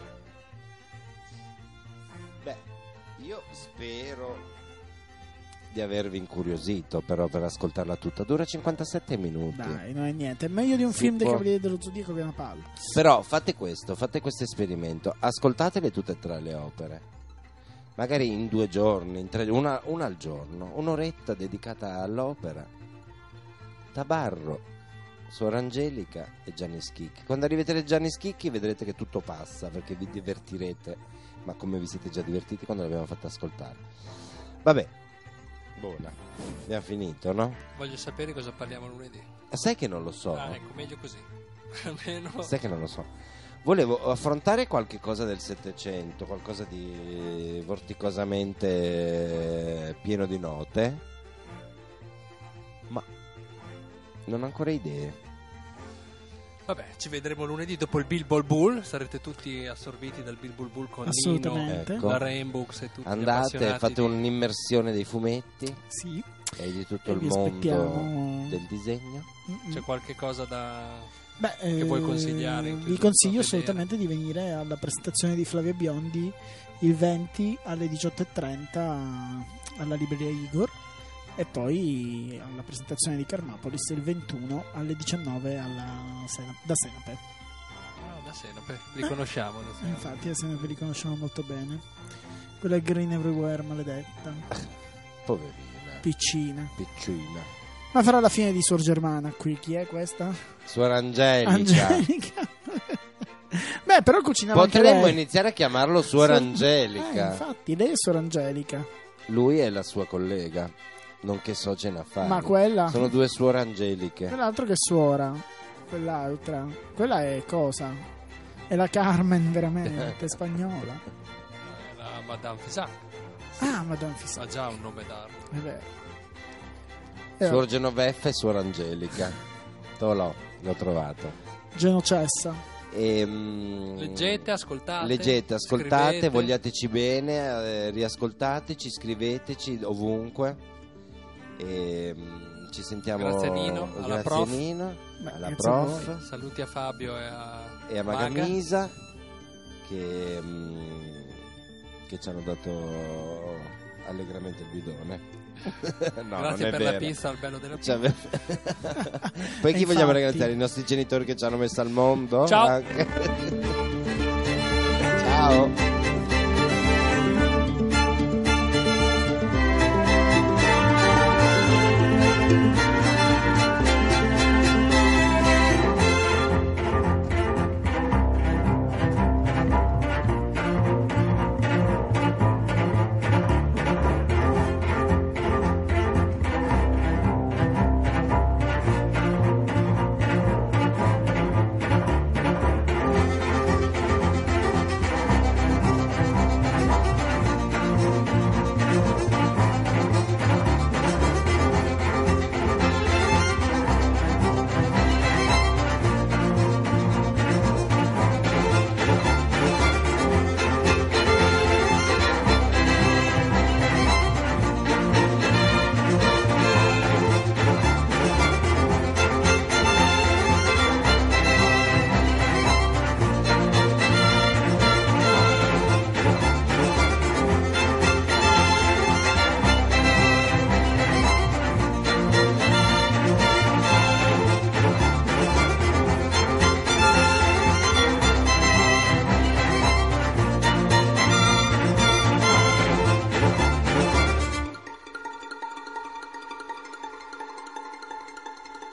Beh, io spero di avervi incuriosito, però, per ascoltarla tutta. Dura cinquantasette minuti. Dai, non è niente. È meglio di un Si film dei può- Cavalieri dello Zodiaco che è una palla. Però fate questo, fate questo esperimento, ascoltatele tutte e tre le opere, magari in due giorni, in tre, una, una al giorno, un'oretta dedicata all'opera. Tabarro, Suor Angelica e Gianni Schicchi. Quando arriverete a Gianni Schicchi vedrete che tutto passa, perché vi divertirete, ma come vi siete già divertiti quando l'abbiamo fatta ascoltare. Vabbè, buona, abbiamo finito, no? Voglio sapere cosa parliamo lunedì. Sai che non lo so. Ah, ecco, meglio così. Almeno. Sai che non lo so. Volevo affrontare qualche cosa del Settecento, qualcosa di vorticosamente pieno di note, ma non ho ancora idee. Vabbè, ci vedremo lunedì dopo il Bilbo Bull. Sarete tutti assorbiti dal Bilbo Bull con Assolutamente. Nino, Ecco. la Rainbooks e tutti gli Andate, appassionati fate di- un'immersione dei fumetti Sì. e di tutto E il vi mondo aspettiamo. del disegno. Mm-mm. C'è qualche cosa da... Beh, che vuoi eh, consigliare in più vi da consiglio vedere? assolutamente di venire alla presentazione di Flavia Biondi il venti alle diciotto e trenta alla libreria Igor, e poi alla presentazione di Carmapolis il ventuno alle diciannove alla Sena- da Senape. Ah, da Senape, li conosciamo. Da Eh, Senape. infatti a Senape li conosciamo molto bene. Quella è Green Everywhere, maledetta, Poverina, piccina. piccina. Ma farà la fine di Suor Germana qui. Chi è questa? Suor Angelica. Angelica. Beh, però cucinava anche Potremmo lei. iniziare a chiamarlo Suor Suor- Angelica. Eh, infatti, lei è Suor Angelica. Lui è la sua collega, nonché socia in affari. Ma quella, Sono due suore angeliche. quell'altro che suora, quell'altra, quella è cosa? È la Carmen veramente spagnola. Eh, La Madame Fisac Ah, Madame Fissa, ha già un nome d'arte. è vero. Eh, Suor Genoveffa e Suor Angelica. Tolò, l'ho trovato. Genocessa. E, mm, Leggete, ascoltate. Leggete, ascoltate, scrivete. vogliateci bene, eh, riascoltateci, scriveteci ovunque. E, mm, ci sentiamo. Grazie, Nino. Alla Grazie, prof. Nino. Beh, Alla grazie a prof. voi. Saluti a Fabio e a, E a Maga. Magamisa che, mm, che ci hanno dato allegramente il bidone. No, non Grazie è per vero. la pizza, al bello della Cioè, pizza. poi chi E vogliamo infatti- ringraziare? I nostri genitori che ci hanno messo al mondo? Ciao. Anche. Ciao.